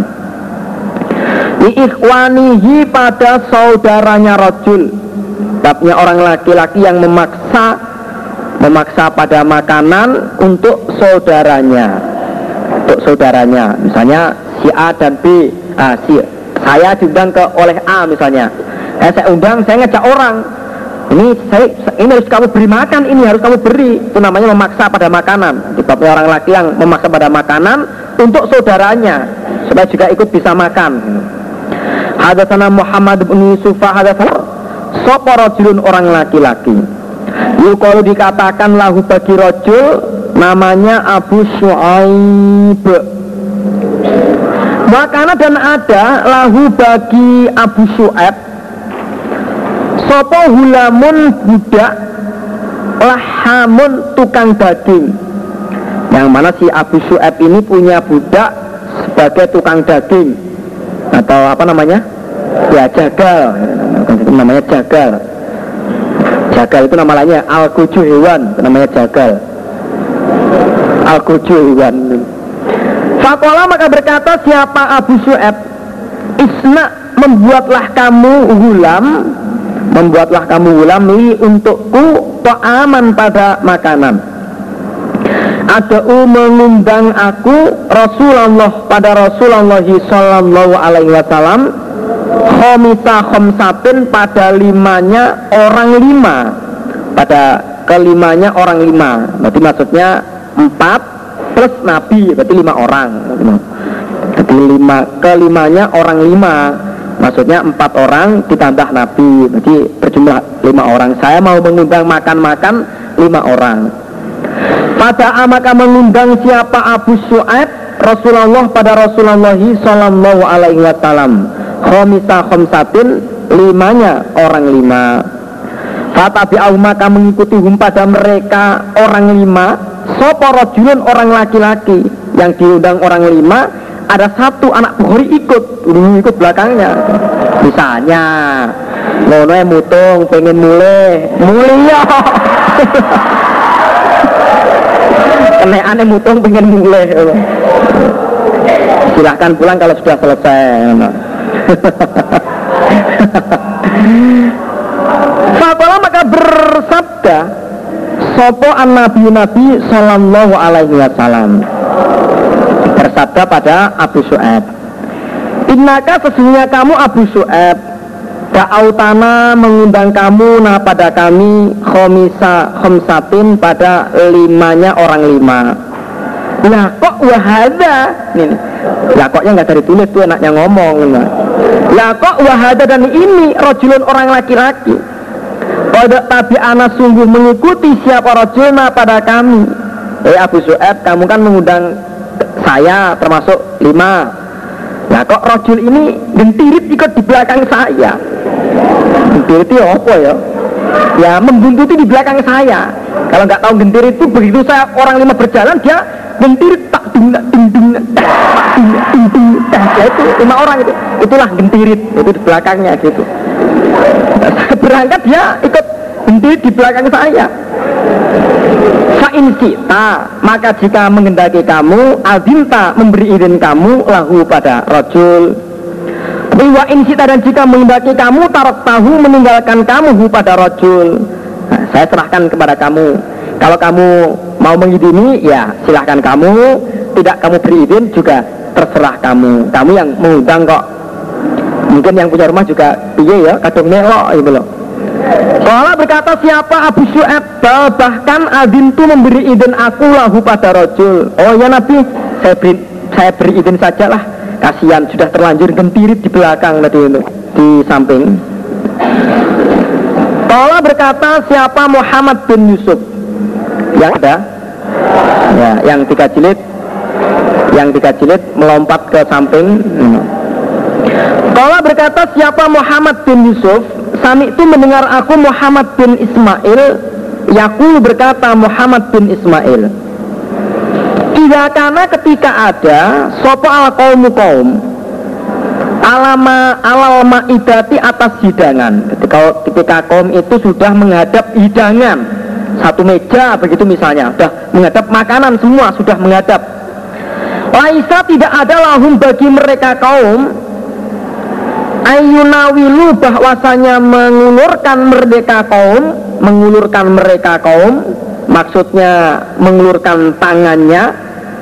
Speaker 1: Iikhwanihi, pada saudaranya rojul. Babnya orang laki-laki yang memaksa, memaksa pada makanan untuk saudaranya, untuk saudaranya. Misalnya si A dan B, ah, si saya diundang ke oleh A misalnya, eh, saya undang, saya ngejak orang, ini saya ini harus kamu beri makan, ini harus kamu beri. Itu namanya memaksa pada makanan. Sebabnya orang laki yang memaksa pada makanan untuk saudaranya supaya juga ikut bisa makan. Hadatsana Muhammad bin Yusuf, hadatsana sapa rajulun, orang laki-laki. Yuqalu, dikatakan lahu bagi rajul namanya Abu Syuaib. Makana dan ada lahu bagi Abu Syuaib sopo hulamun budak lahamun tukang daging. Yang mana si Abu Syuaib ini punya budak sebagai tukang daging, atau apa namanya, ya jagal, namanya jagal. Jagal itu nama lainnya al-kuju hewan, namanya jagal, al-kuju hewan. Fakola maka berkata siapa Abu Syuaib, isna membuatlah kamu hulam, membuatlah kamu hulam li untukku ta'aman pada makanan. Ada'u mengundang aku Rasulullah pada Rasulullah sallallahu alaihi wasallam khomisa khomsatin pada limanya orang lima, pada kelimanya orang lima. Berarti maksudnya empat plus Nabi, berarti lima orang. Jadi lima kelimanya orang lima, maksudnya empat orang ditambah Nabi, berarti berjumlah lima orang. Saya mau mengundang makan-makan lima orang. Pada maka mengundang siapa Abu Syuaib Rasulullah pada Rasulullah sallallahu alaihi wasallam khomisa khomsatin limanya orang lima. Fatabi'ahu maka mengikuti hum pada mereka orang lima sopo rojulun orang laki-laki yang diundang orang lima. Ada satu anak Bukhari ikut, dulu ikut belakangnya. Misalnya ngono mutung pengen mulai mulia keneannya mutung pengen mulai, silahkan pulang kalau sudah selesai. Faqala maka bersabda sopo an nabi nabi sallallahu alaihi wasallam, bersabda pada Abu Syuaib, innaka sesungguhnya kamu Abu Syuaib da'autana mengundang kamu nah pada kami khomisa khomsatin pada limanya orang lima. Lah kok wahada nih, lah koknya nggak dari tulis tuh anaknya ngomong. Lah kok wahada dan ini rojulun orang laki-laki. Pada tabi anak sungguh mengikuti siapa rojulna pada kami. Eh Abu Syuaib, kamu kan mengundang saya termasuk lima. Nah kok rojul ini gentirit ikut di belakang saya. Gentirit itu apa ya? Ya membuntuti di belakang saya. Kalau nggak tahu gentirit itu, begitu saya orang lima berjalan dia gentirit tak ding ding ding tak ding ding ding. Ya itu lima orang itu. Itulah gentirit, itu di belakangnya gitu. Saya berangkat dia ikut gentirit di belakang saya. Fa'in sita maka jika mengendaki kamu adinta memberi izin kamu lahu pada rojul. Wa in sita dan jika mengendaki kamu tarak tahu meninggalkan kamu hu pada rojul. Nah, saya serahkan kepada kamu. Kalau kamu mau mengizini ya silahkan kamu, tidak kamu beri izin juga terserah kamu. Kamu yang mengundang kok. Mungkin yang punya rumah juga piye ya kadung melok gitu loh. Soalnya berkata siapa Abu Syuaib bahkan adin tu memberi izin aku lahu pada rojul. Oh ya Nabi, saya beri, saya beri izin sajalah. Kasihan sudah terlanjur gentirit di belakang tadi itu, di samping. Soalnya berkata siapa Muhammad bin Yusuf yang ada, ya, yang tiga jilid, yang tiga jilid melompat ke samping. Soalnya berkata siapa Muhammad bin Yusuf. Sami itu mendengar aku Muhammad bin Ismail Yakul berkata Muhammad bin Ismail Ida kana ketika ada sopo al kaumu kaum alama alal maidati atas hidangan. Ketika, ketika kaum itu sudah menghadap hidangan satu meja begitu misalnya, sudah menghadap makanan semua sudah menghadap. Laisa tidak ada lahum bagi mereka kaum ayunawilu bahwasanya mengulurkan mereka kaum, mengulurkan mereka kaum, maksudnya mengulurkan tangannya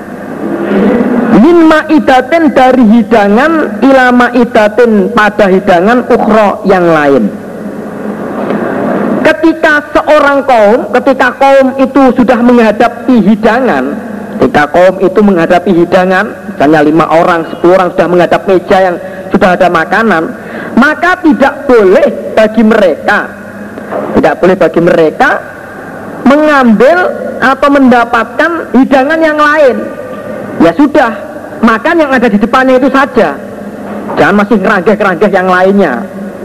Speaker 1: min maidatin dari hidangan ila maidatin pada hidangan ukhra yang lain. Ketika seorang kaum, ketika kaum itu sudah menghadapi hidangan, ketika kaum itu menghadapi hidangan, misalnya lima orang, sepuluh orang sudah menghadap meja yang sudah ada makanan, maka tidak boleh bagi mereka tidak boleh bagi mereka mengambil atau mendapatkan hidangan yang lain, ya sudah, makan yang ada di depannya itu saja, jangan masih ngerageh-ngerageh yang lainnya.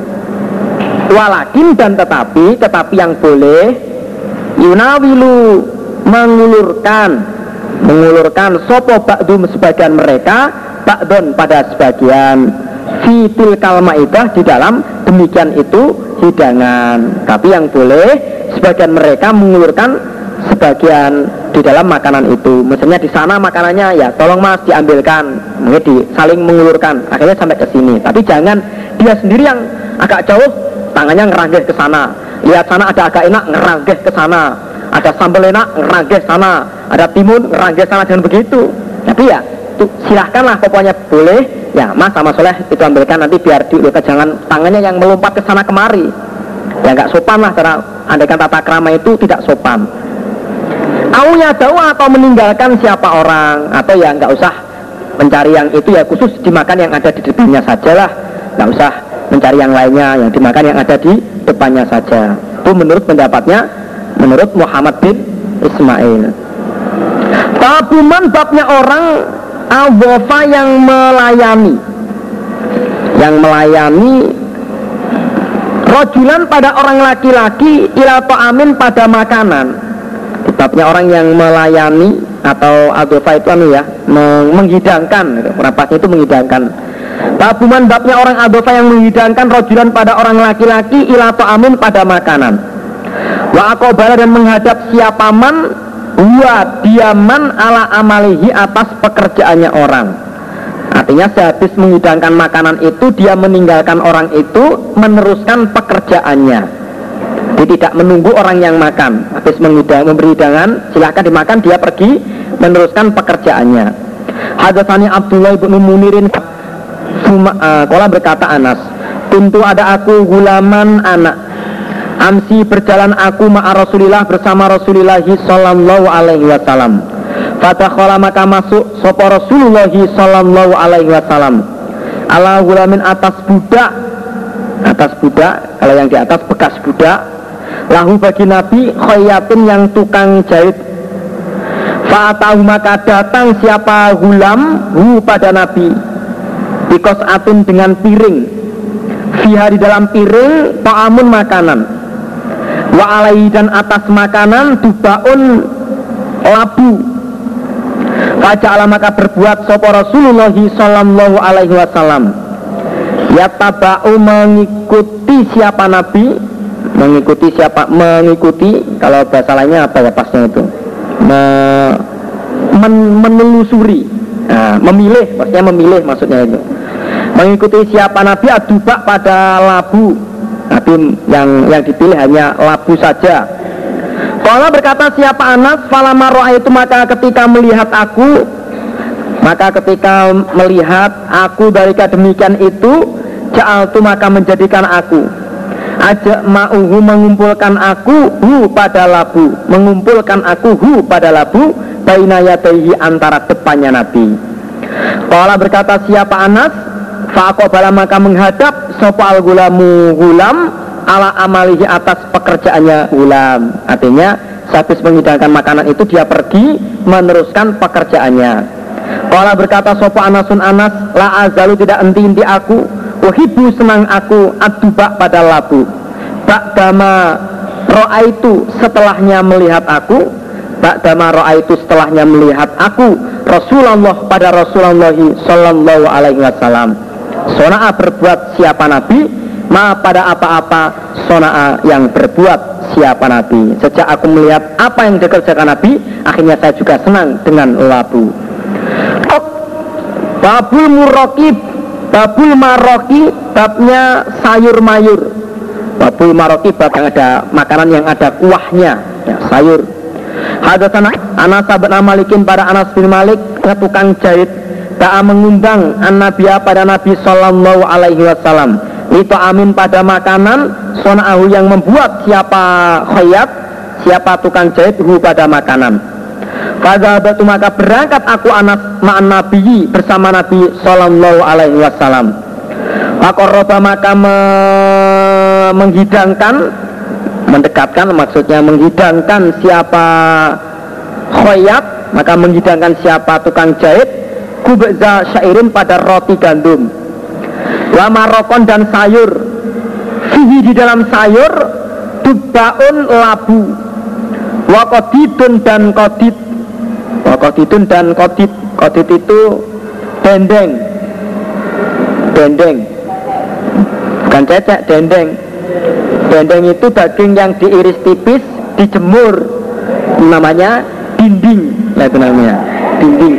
Speaker 1: Walakin dan tetapi, tetapi yang boleh yunawilu mengulurkan, mengulurkan sopo ba'dum sebagian mereka, ba'don pada sebagian, fitil kalmaidah di dalam demikian itu hidangan. Tapi yang boleh sebagian mereka mengulurkan sebagian di dalam makanan itu. Misalnya di sana makanannya ya tolong mas diambilkan, mungkin di, saling mengulurkan akhirnya sampai ke sini. Tapi jangan dia sendiri yang agak jauh tangannya ngerageh ke sana, lihat sana ada agak enak ngerageh ke sana, ada sambal enak ngerageh sana, ada timun ngerageh sana, jangan begitu. Tapi ya tuh, silahkanlah pokoknya boleh ya mas sama soleh itu ambilkan nanti biar diulurkan, jangan tangannya yang melompat ke sana kemari, ya nggak sopan lah cara andaikan tata krama itu tidak sopan. Aunya jauh atau meninggalkan siapa orang, atau ya nggak usah mencari yang itu, ya khusus dimakan yang ada di depannya sajalah, nggak usah mencari yang lainnya, yang dimakan yang ada di depannya saja. Itu menurut pendapatnya, menurut Muhammad bin Ismail. Tabuman babnya orang al-wafa yang melayani, yang melayani rojulan pada orang laki-laki ila ta'amin pada makanan. Babnya orang yang melayani atau al-wafa itu anu ya, menghidangkan, rapasnya itu menghidangkan. Tabuman babnya orang al-wafa yang menghidangkan rojulan pada orang laki-laki ila ta'amin pada makanan. Wa aqobala dan menghadap siapa man wa diaman ala amalihi atas pekerjaannya orang. Artinya sehabis menghidangkan makanan itu dia meninggalkan orang itu meneruskan pekerjaannya. Dia tidak menunggu orang yang makan. Habis menghidang, memberi hidangan silahkan dimakan, dia pergi meneruskan pekerjaannya. Hadatsani Abdullah bin Munirin Kola uh, berkata Anas, tentu ada aku gulaman anak amsi berjalan aku ma'a Rasulillah bersama Rasulullah sallallahu alaihi wasallam. Fatakhala maka masuk sapa Rasulullah sallallahu alaihi wasallam ala gulamin atas budak, atas budak, kalau yang di atas bekas budak, lahu bagi Nabi khayyatin yang tukang jahit. Fa'atahu maka datang siapa gulam hu pada Nabi bikos atun dengan piring, fiha di dalam piring ta'amun makanan, wa alaihi dan atas makanan dubaun labu. Faja'ala maka berbuat sapa Rasulullah sallallahu alaihi wasallam yataba'u mengikuti siapa Nabi, mengikuti siapa, mengikuti kalau bahasa lainnya apa ya pasnya itu, Me, men, menelusuri, nah, memilih, maksudnya memilih maksudnya itu, mengikuti siapa Nabi adubak pada labu. Nabi yang yang dipilih hanya labu saja. Kalau berkata siapa Anas, falamma ra'aitu maka ketika melihat aku, maka ketika melihat aku dari demikian itu, ja'altu maka menjadikan aku, ajak ma'uhu mengumpulkan aku hu pada labu, mengumpulkan aku hu pada labu baina yadaihi antara depannya Nabi. Kalau berkata siapa Anas, fa'aqobala maka menghadap sopa al-gulamu gulam ala amalihi atas pekerjaannya gulam. Artinya sehabis menghidangkan makanan itu dia pergi meneruskan pekerjaannya. Kalau berkata sopa Anasun Anas, la azalu tidak enti-enti aku, wahibu senang aku adubak pada labu, ba'dama ro'aitu setelahnya melihat aku, ba'dama ro'aitu setelahnya melihat aku Rasulullah pada Rasulullah sallallahu alaihi wasallam. Sona'a berbuat siapa Nabi, ma pada apa-apa sona'a yang berbuat siapa Nabi. Sejak aku melihat apa yang dikerjakan Nabi, akhirnya saya juga senang dengan labu. Babul murraqib, babul maroki, babnya sayur mayur. Babul maroki, bab yang ada makanan yang ada kuahnya, ya, sayur. Hadatsana Anas bin Malikin pada Anas bin Malik, tukang jahit, da'a mengundang an-nabiya pada Nabi sallallahu alaihi wasallam, itu amin pada makanan, sona'ahu yang membuat siapa khayyat, siapa tukang jahit hu pada makanan. Fadzabatu maka berangkat aku Anas ma'an nabiyyi bersama Nabi sallallahu alaihi wasallam. Faqarraba maka me menghidangkan mendekatkan maksudnya menghidangkan siapa khoyat, maka menghidangkan siapa tukang jahit, kubza syairin pada roti gandum, wa marokon dan sayur, fihi di dalam sayur, dubbaun labu, wa kodidun dan kodid, wa kodidun dan kodid, kodid itu dendeng, dendeng, bukan cecek, dendeng. Dendeng itu daging yang diiris tipis, dijemur, namanya dinding, nah itu namanya dinding.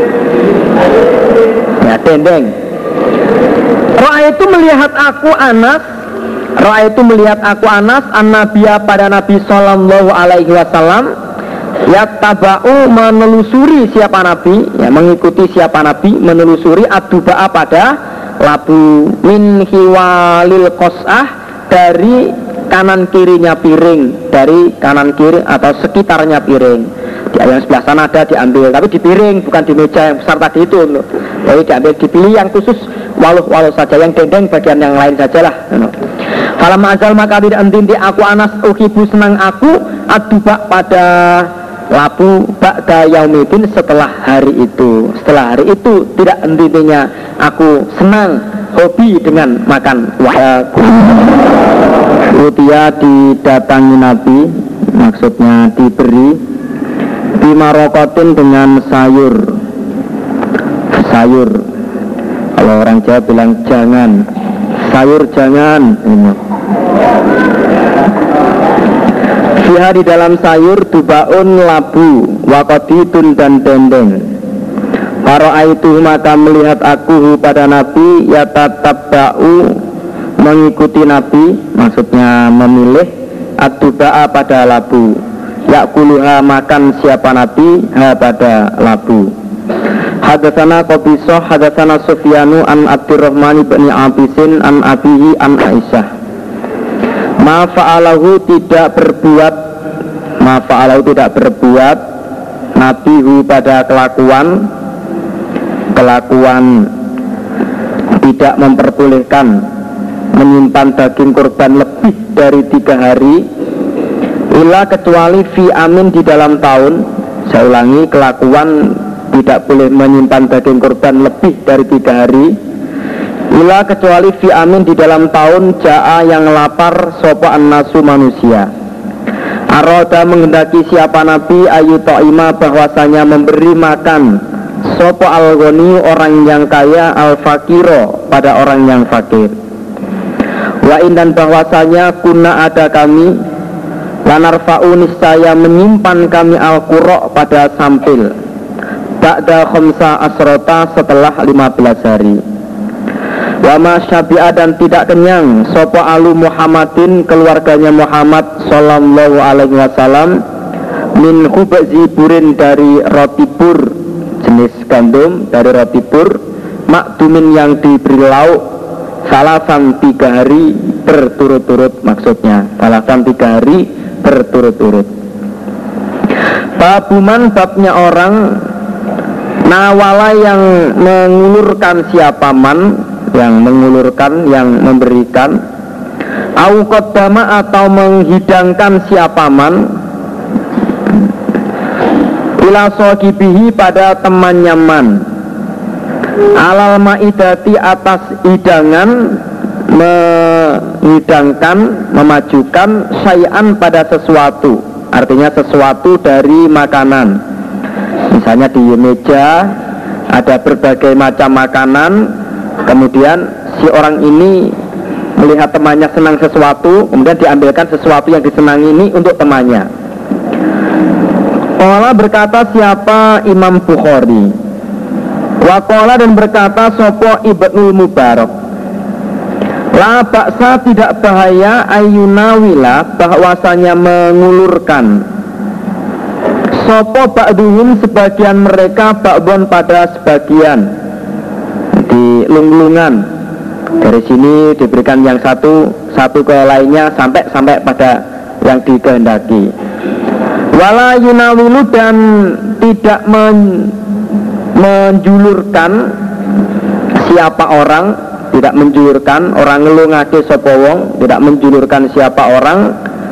Speaker 1: Ya, dendeng. Ro'a itu melihat aku Anas, Ro'a itu melihat aku Anas, an-nabiya pada Nabi Sallallahu Alaihi Wasallam, ya tabau menelusuri siapa Nabi, ya mengikuti siapa Nabi, menelusuri aduba'a pada labu, min hiwalil qas'ah, dari kanan kirinya piring, dari kanan kiri atau sekitarnya piring. Di yang sebelah sana ada diambil, tapi di piring, bukan di meja yang besar tadi itu. Jadi diambil, dipilih yang khusus waluh-waluh saja, yang dendeng bagian yang lain sajalah. Falam azal maka tidak henti aku Anas uhibu senang aku adubak pada labu ba'da yaumidin setelah hari itu. Setelah hari itu tidak henti-hentinya aku senang, hobi dengan makan wahyaku. Utia didatangi Nabi, maksudnya diberi bimarokotin dengan sayur. Sayur, kalau orang Jawa bilang jangan, sayur jangan. Fiha di dalam sayur dubaun labu, wakoditun dan dendeng. Paro'aitu maka melihat aku pada Nabi, yatatabba'u mengikuti Nabi, maksudnya memilih ad-duba'a pada labu, yakuluha makan siapa Nabi ha pada labu. Hadatsana Qabisah hadatsana Sufyanu an Abdurrahman bin Abisin an abihi an Aisyah. Ma fa'alahu tidak berbuat, ma fa'alahu tidak berbuat Nabi hu pada kelakuan kelakuan tidak memperbolehkan menyimpan daging kurban lebih dari tiga hari, illa kecuali fi amin di dalam tahun. Saya ulangi, kelakuan tidak boleh menyimpan daging kurban lebih dari tiga hari, illa kecuali fi amin di dalam tahun ja'a yang lapar sopa an-nasu manusia. Aroda menghendaki siapa Nabi ayu ta'ima bahwasanya memberi makan sopo al-ghani orang yang kaya al-fakiro pada orang yang fakir. Wa indan bahwasanya kuna ada kami lanarfa'u niscaya menyimpan kami al-qura pada sampil ba'da khamsa asrota setelah lima belas hari. Wa ma syabi'a dan tidak kenyang sopo alu Muhammadin keluarganya Muhammad sallallahu alaihi wasallam min khubzi burin dari roti bur jenis gandum, dari roti bur makdumin yang diberi lauk salasan tiga hari berturut-turut, maksudnya salasan tiga hari berturut-turut. Babuman babnya orang nawala yang mengulurkan siapa man, yang mengulurkan, yang memberikan, au qaddama atau menghidangkan siapa man ila sohibihi pada temannya man, alal maidati atas hidangan, menghidangkan, memajukan syai'an pada sesuatu, artinya sesuatu dari makanan. Misalnya di meja ada berbagai macam makanan, kemudian si orang ini melihat temannya senang sesuatu, kemudian diambilkan sesuatu yang disenangi ini untuk temannya. Qala berkata siapa Imam Bukhari, wa qala dan berkata sopo Ibnul Mubarak, la ba'sa tidak bahaya ayunawila bahwasanya mengulurkan sopo ba'duhum sebagian mereka ba'dun pada sebagian, di lung-lungan dari sini diberikan yang satu satu ke lainnya sampai sampai pada yang dikehendaki. Wala yunawilu dan tidak men, menjulurkan siapa orang, tidak menjulurkan orang ngelungake sapa wong, tidak menjulurkan siapa orang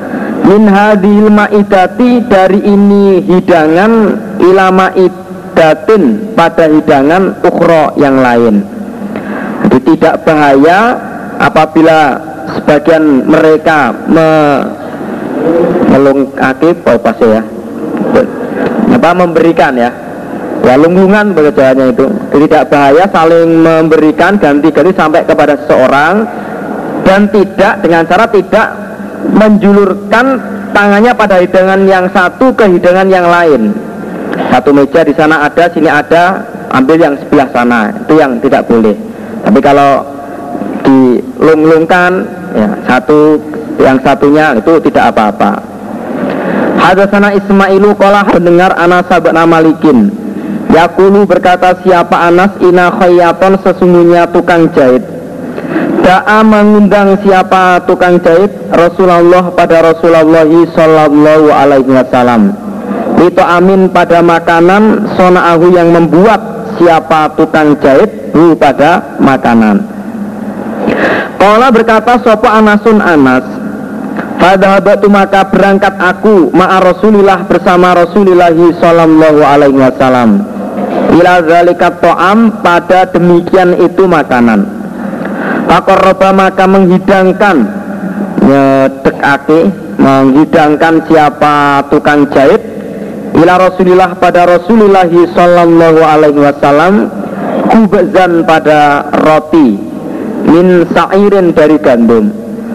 Speaker 1: min hadhil maidati, dari ini hidangan, ila maidatin, pada hidangan ukhra yang lain. Jadi tidak bahaya apabila sebagian mereka me melungkaki pas ya apa memberikan ya ya lunggungan bacanya itu. Tidak bahaya saling memberikan ganti-ganti sampai kepada seseorang, dan tidak dengan cara tidak menjulurkan tangannya pada hidangan yang satu ke hidangan yang lain. Satu meja di sana ada, sini ada, ambil yang sebelah sana, itu yang tidak boleh. Tapi kalau dilung-lungkan ya satu yang satunya, itu tidak apa-apa. Hadatsana Ismailu qala mendengar Anas bin Malikin yaqulu, berkata siapa Anas, ina khayyaton, sesungguhnya tukang jahit, da'a mengundang siapa tukang jahit Rasulullah pada Rasulullah sallallahu alaihi wasallam, itu amin pada makanan, sona'ahu yang membuat siapa tukang jahit hu pada makanan. Qala berkata sapa Anasun Anas, fadhabatu maka berangkat aku ma'a Rasulillah bersama Rasulullah sallallahu alaihi wasallam, ila zalika ta'am, pada demikian itu makanan. Faqarraba maka menghidangkan, nyedekake, menghidangkan siapa tukang jahit ila Rasulillah pada Rasulullah sallallahu alaihi wasallam, kubzan pada roti, min sa'irin dari gandum,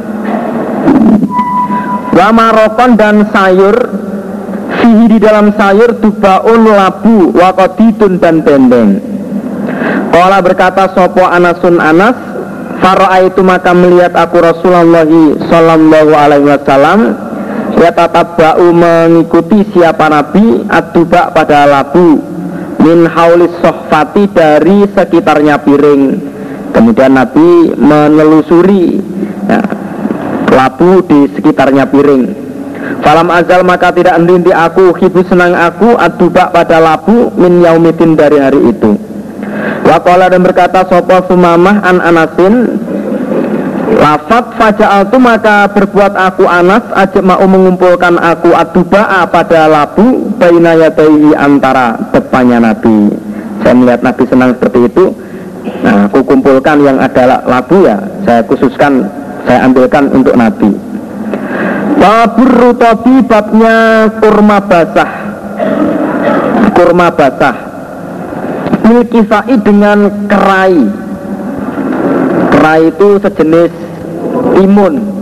Speaker 1: wa marokon dan sayur, fihi di dalam sayur, tubaun labu, wa qadidun dan dendeng. Qala berkata sopo Anasun Anas, fara'aitu maka melihat aku Rasulullah sallallahu alaihi wasallam, ya tatabba'u mengikuti siapa Nabi, ad-duba pada labu, min haulis sohfati dari sekitarnya piring. Kemudian Nabi menelusuri ya, labu di sekitarnya piring. Falam azal maka tidak henti aku, hibu senang aku, ad-duba pada labu, min yaumitin dari hari itu. Waqala dan berkata sopo Sumamah an Anasin, lafat faja'altu maka berbuat aku Anas, ajak mau mengumpulkan aku ad-duba'a pada labu, baina yadaihi antara depannya Nabi. Saya melihat Nabi senang seperti itu, nah aku kumpulkan yang ada labu ya, saya khususkan, saya ambilkan untuk Nabi. Babur rutabi, babnya kurma basah, kurma basah, bil kisai dengan kerai. Kerai itu sejenis timun,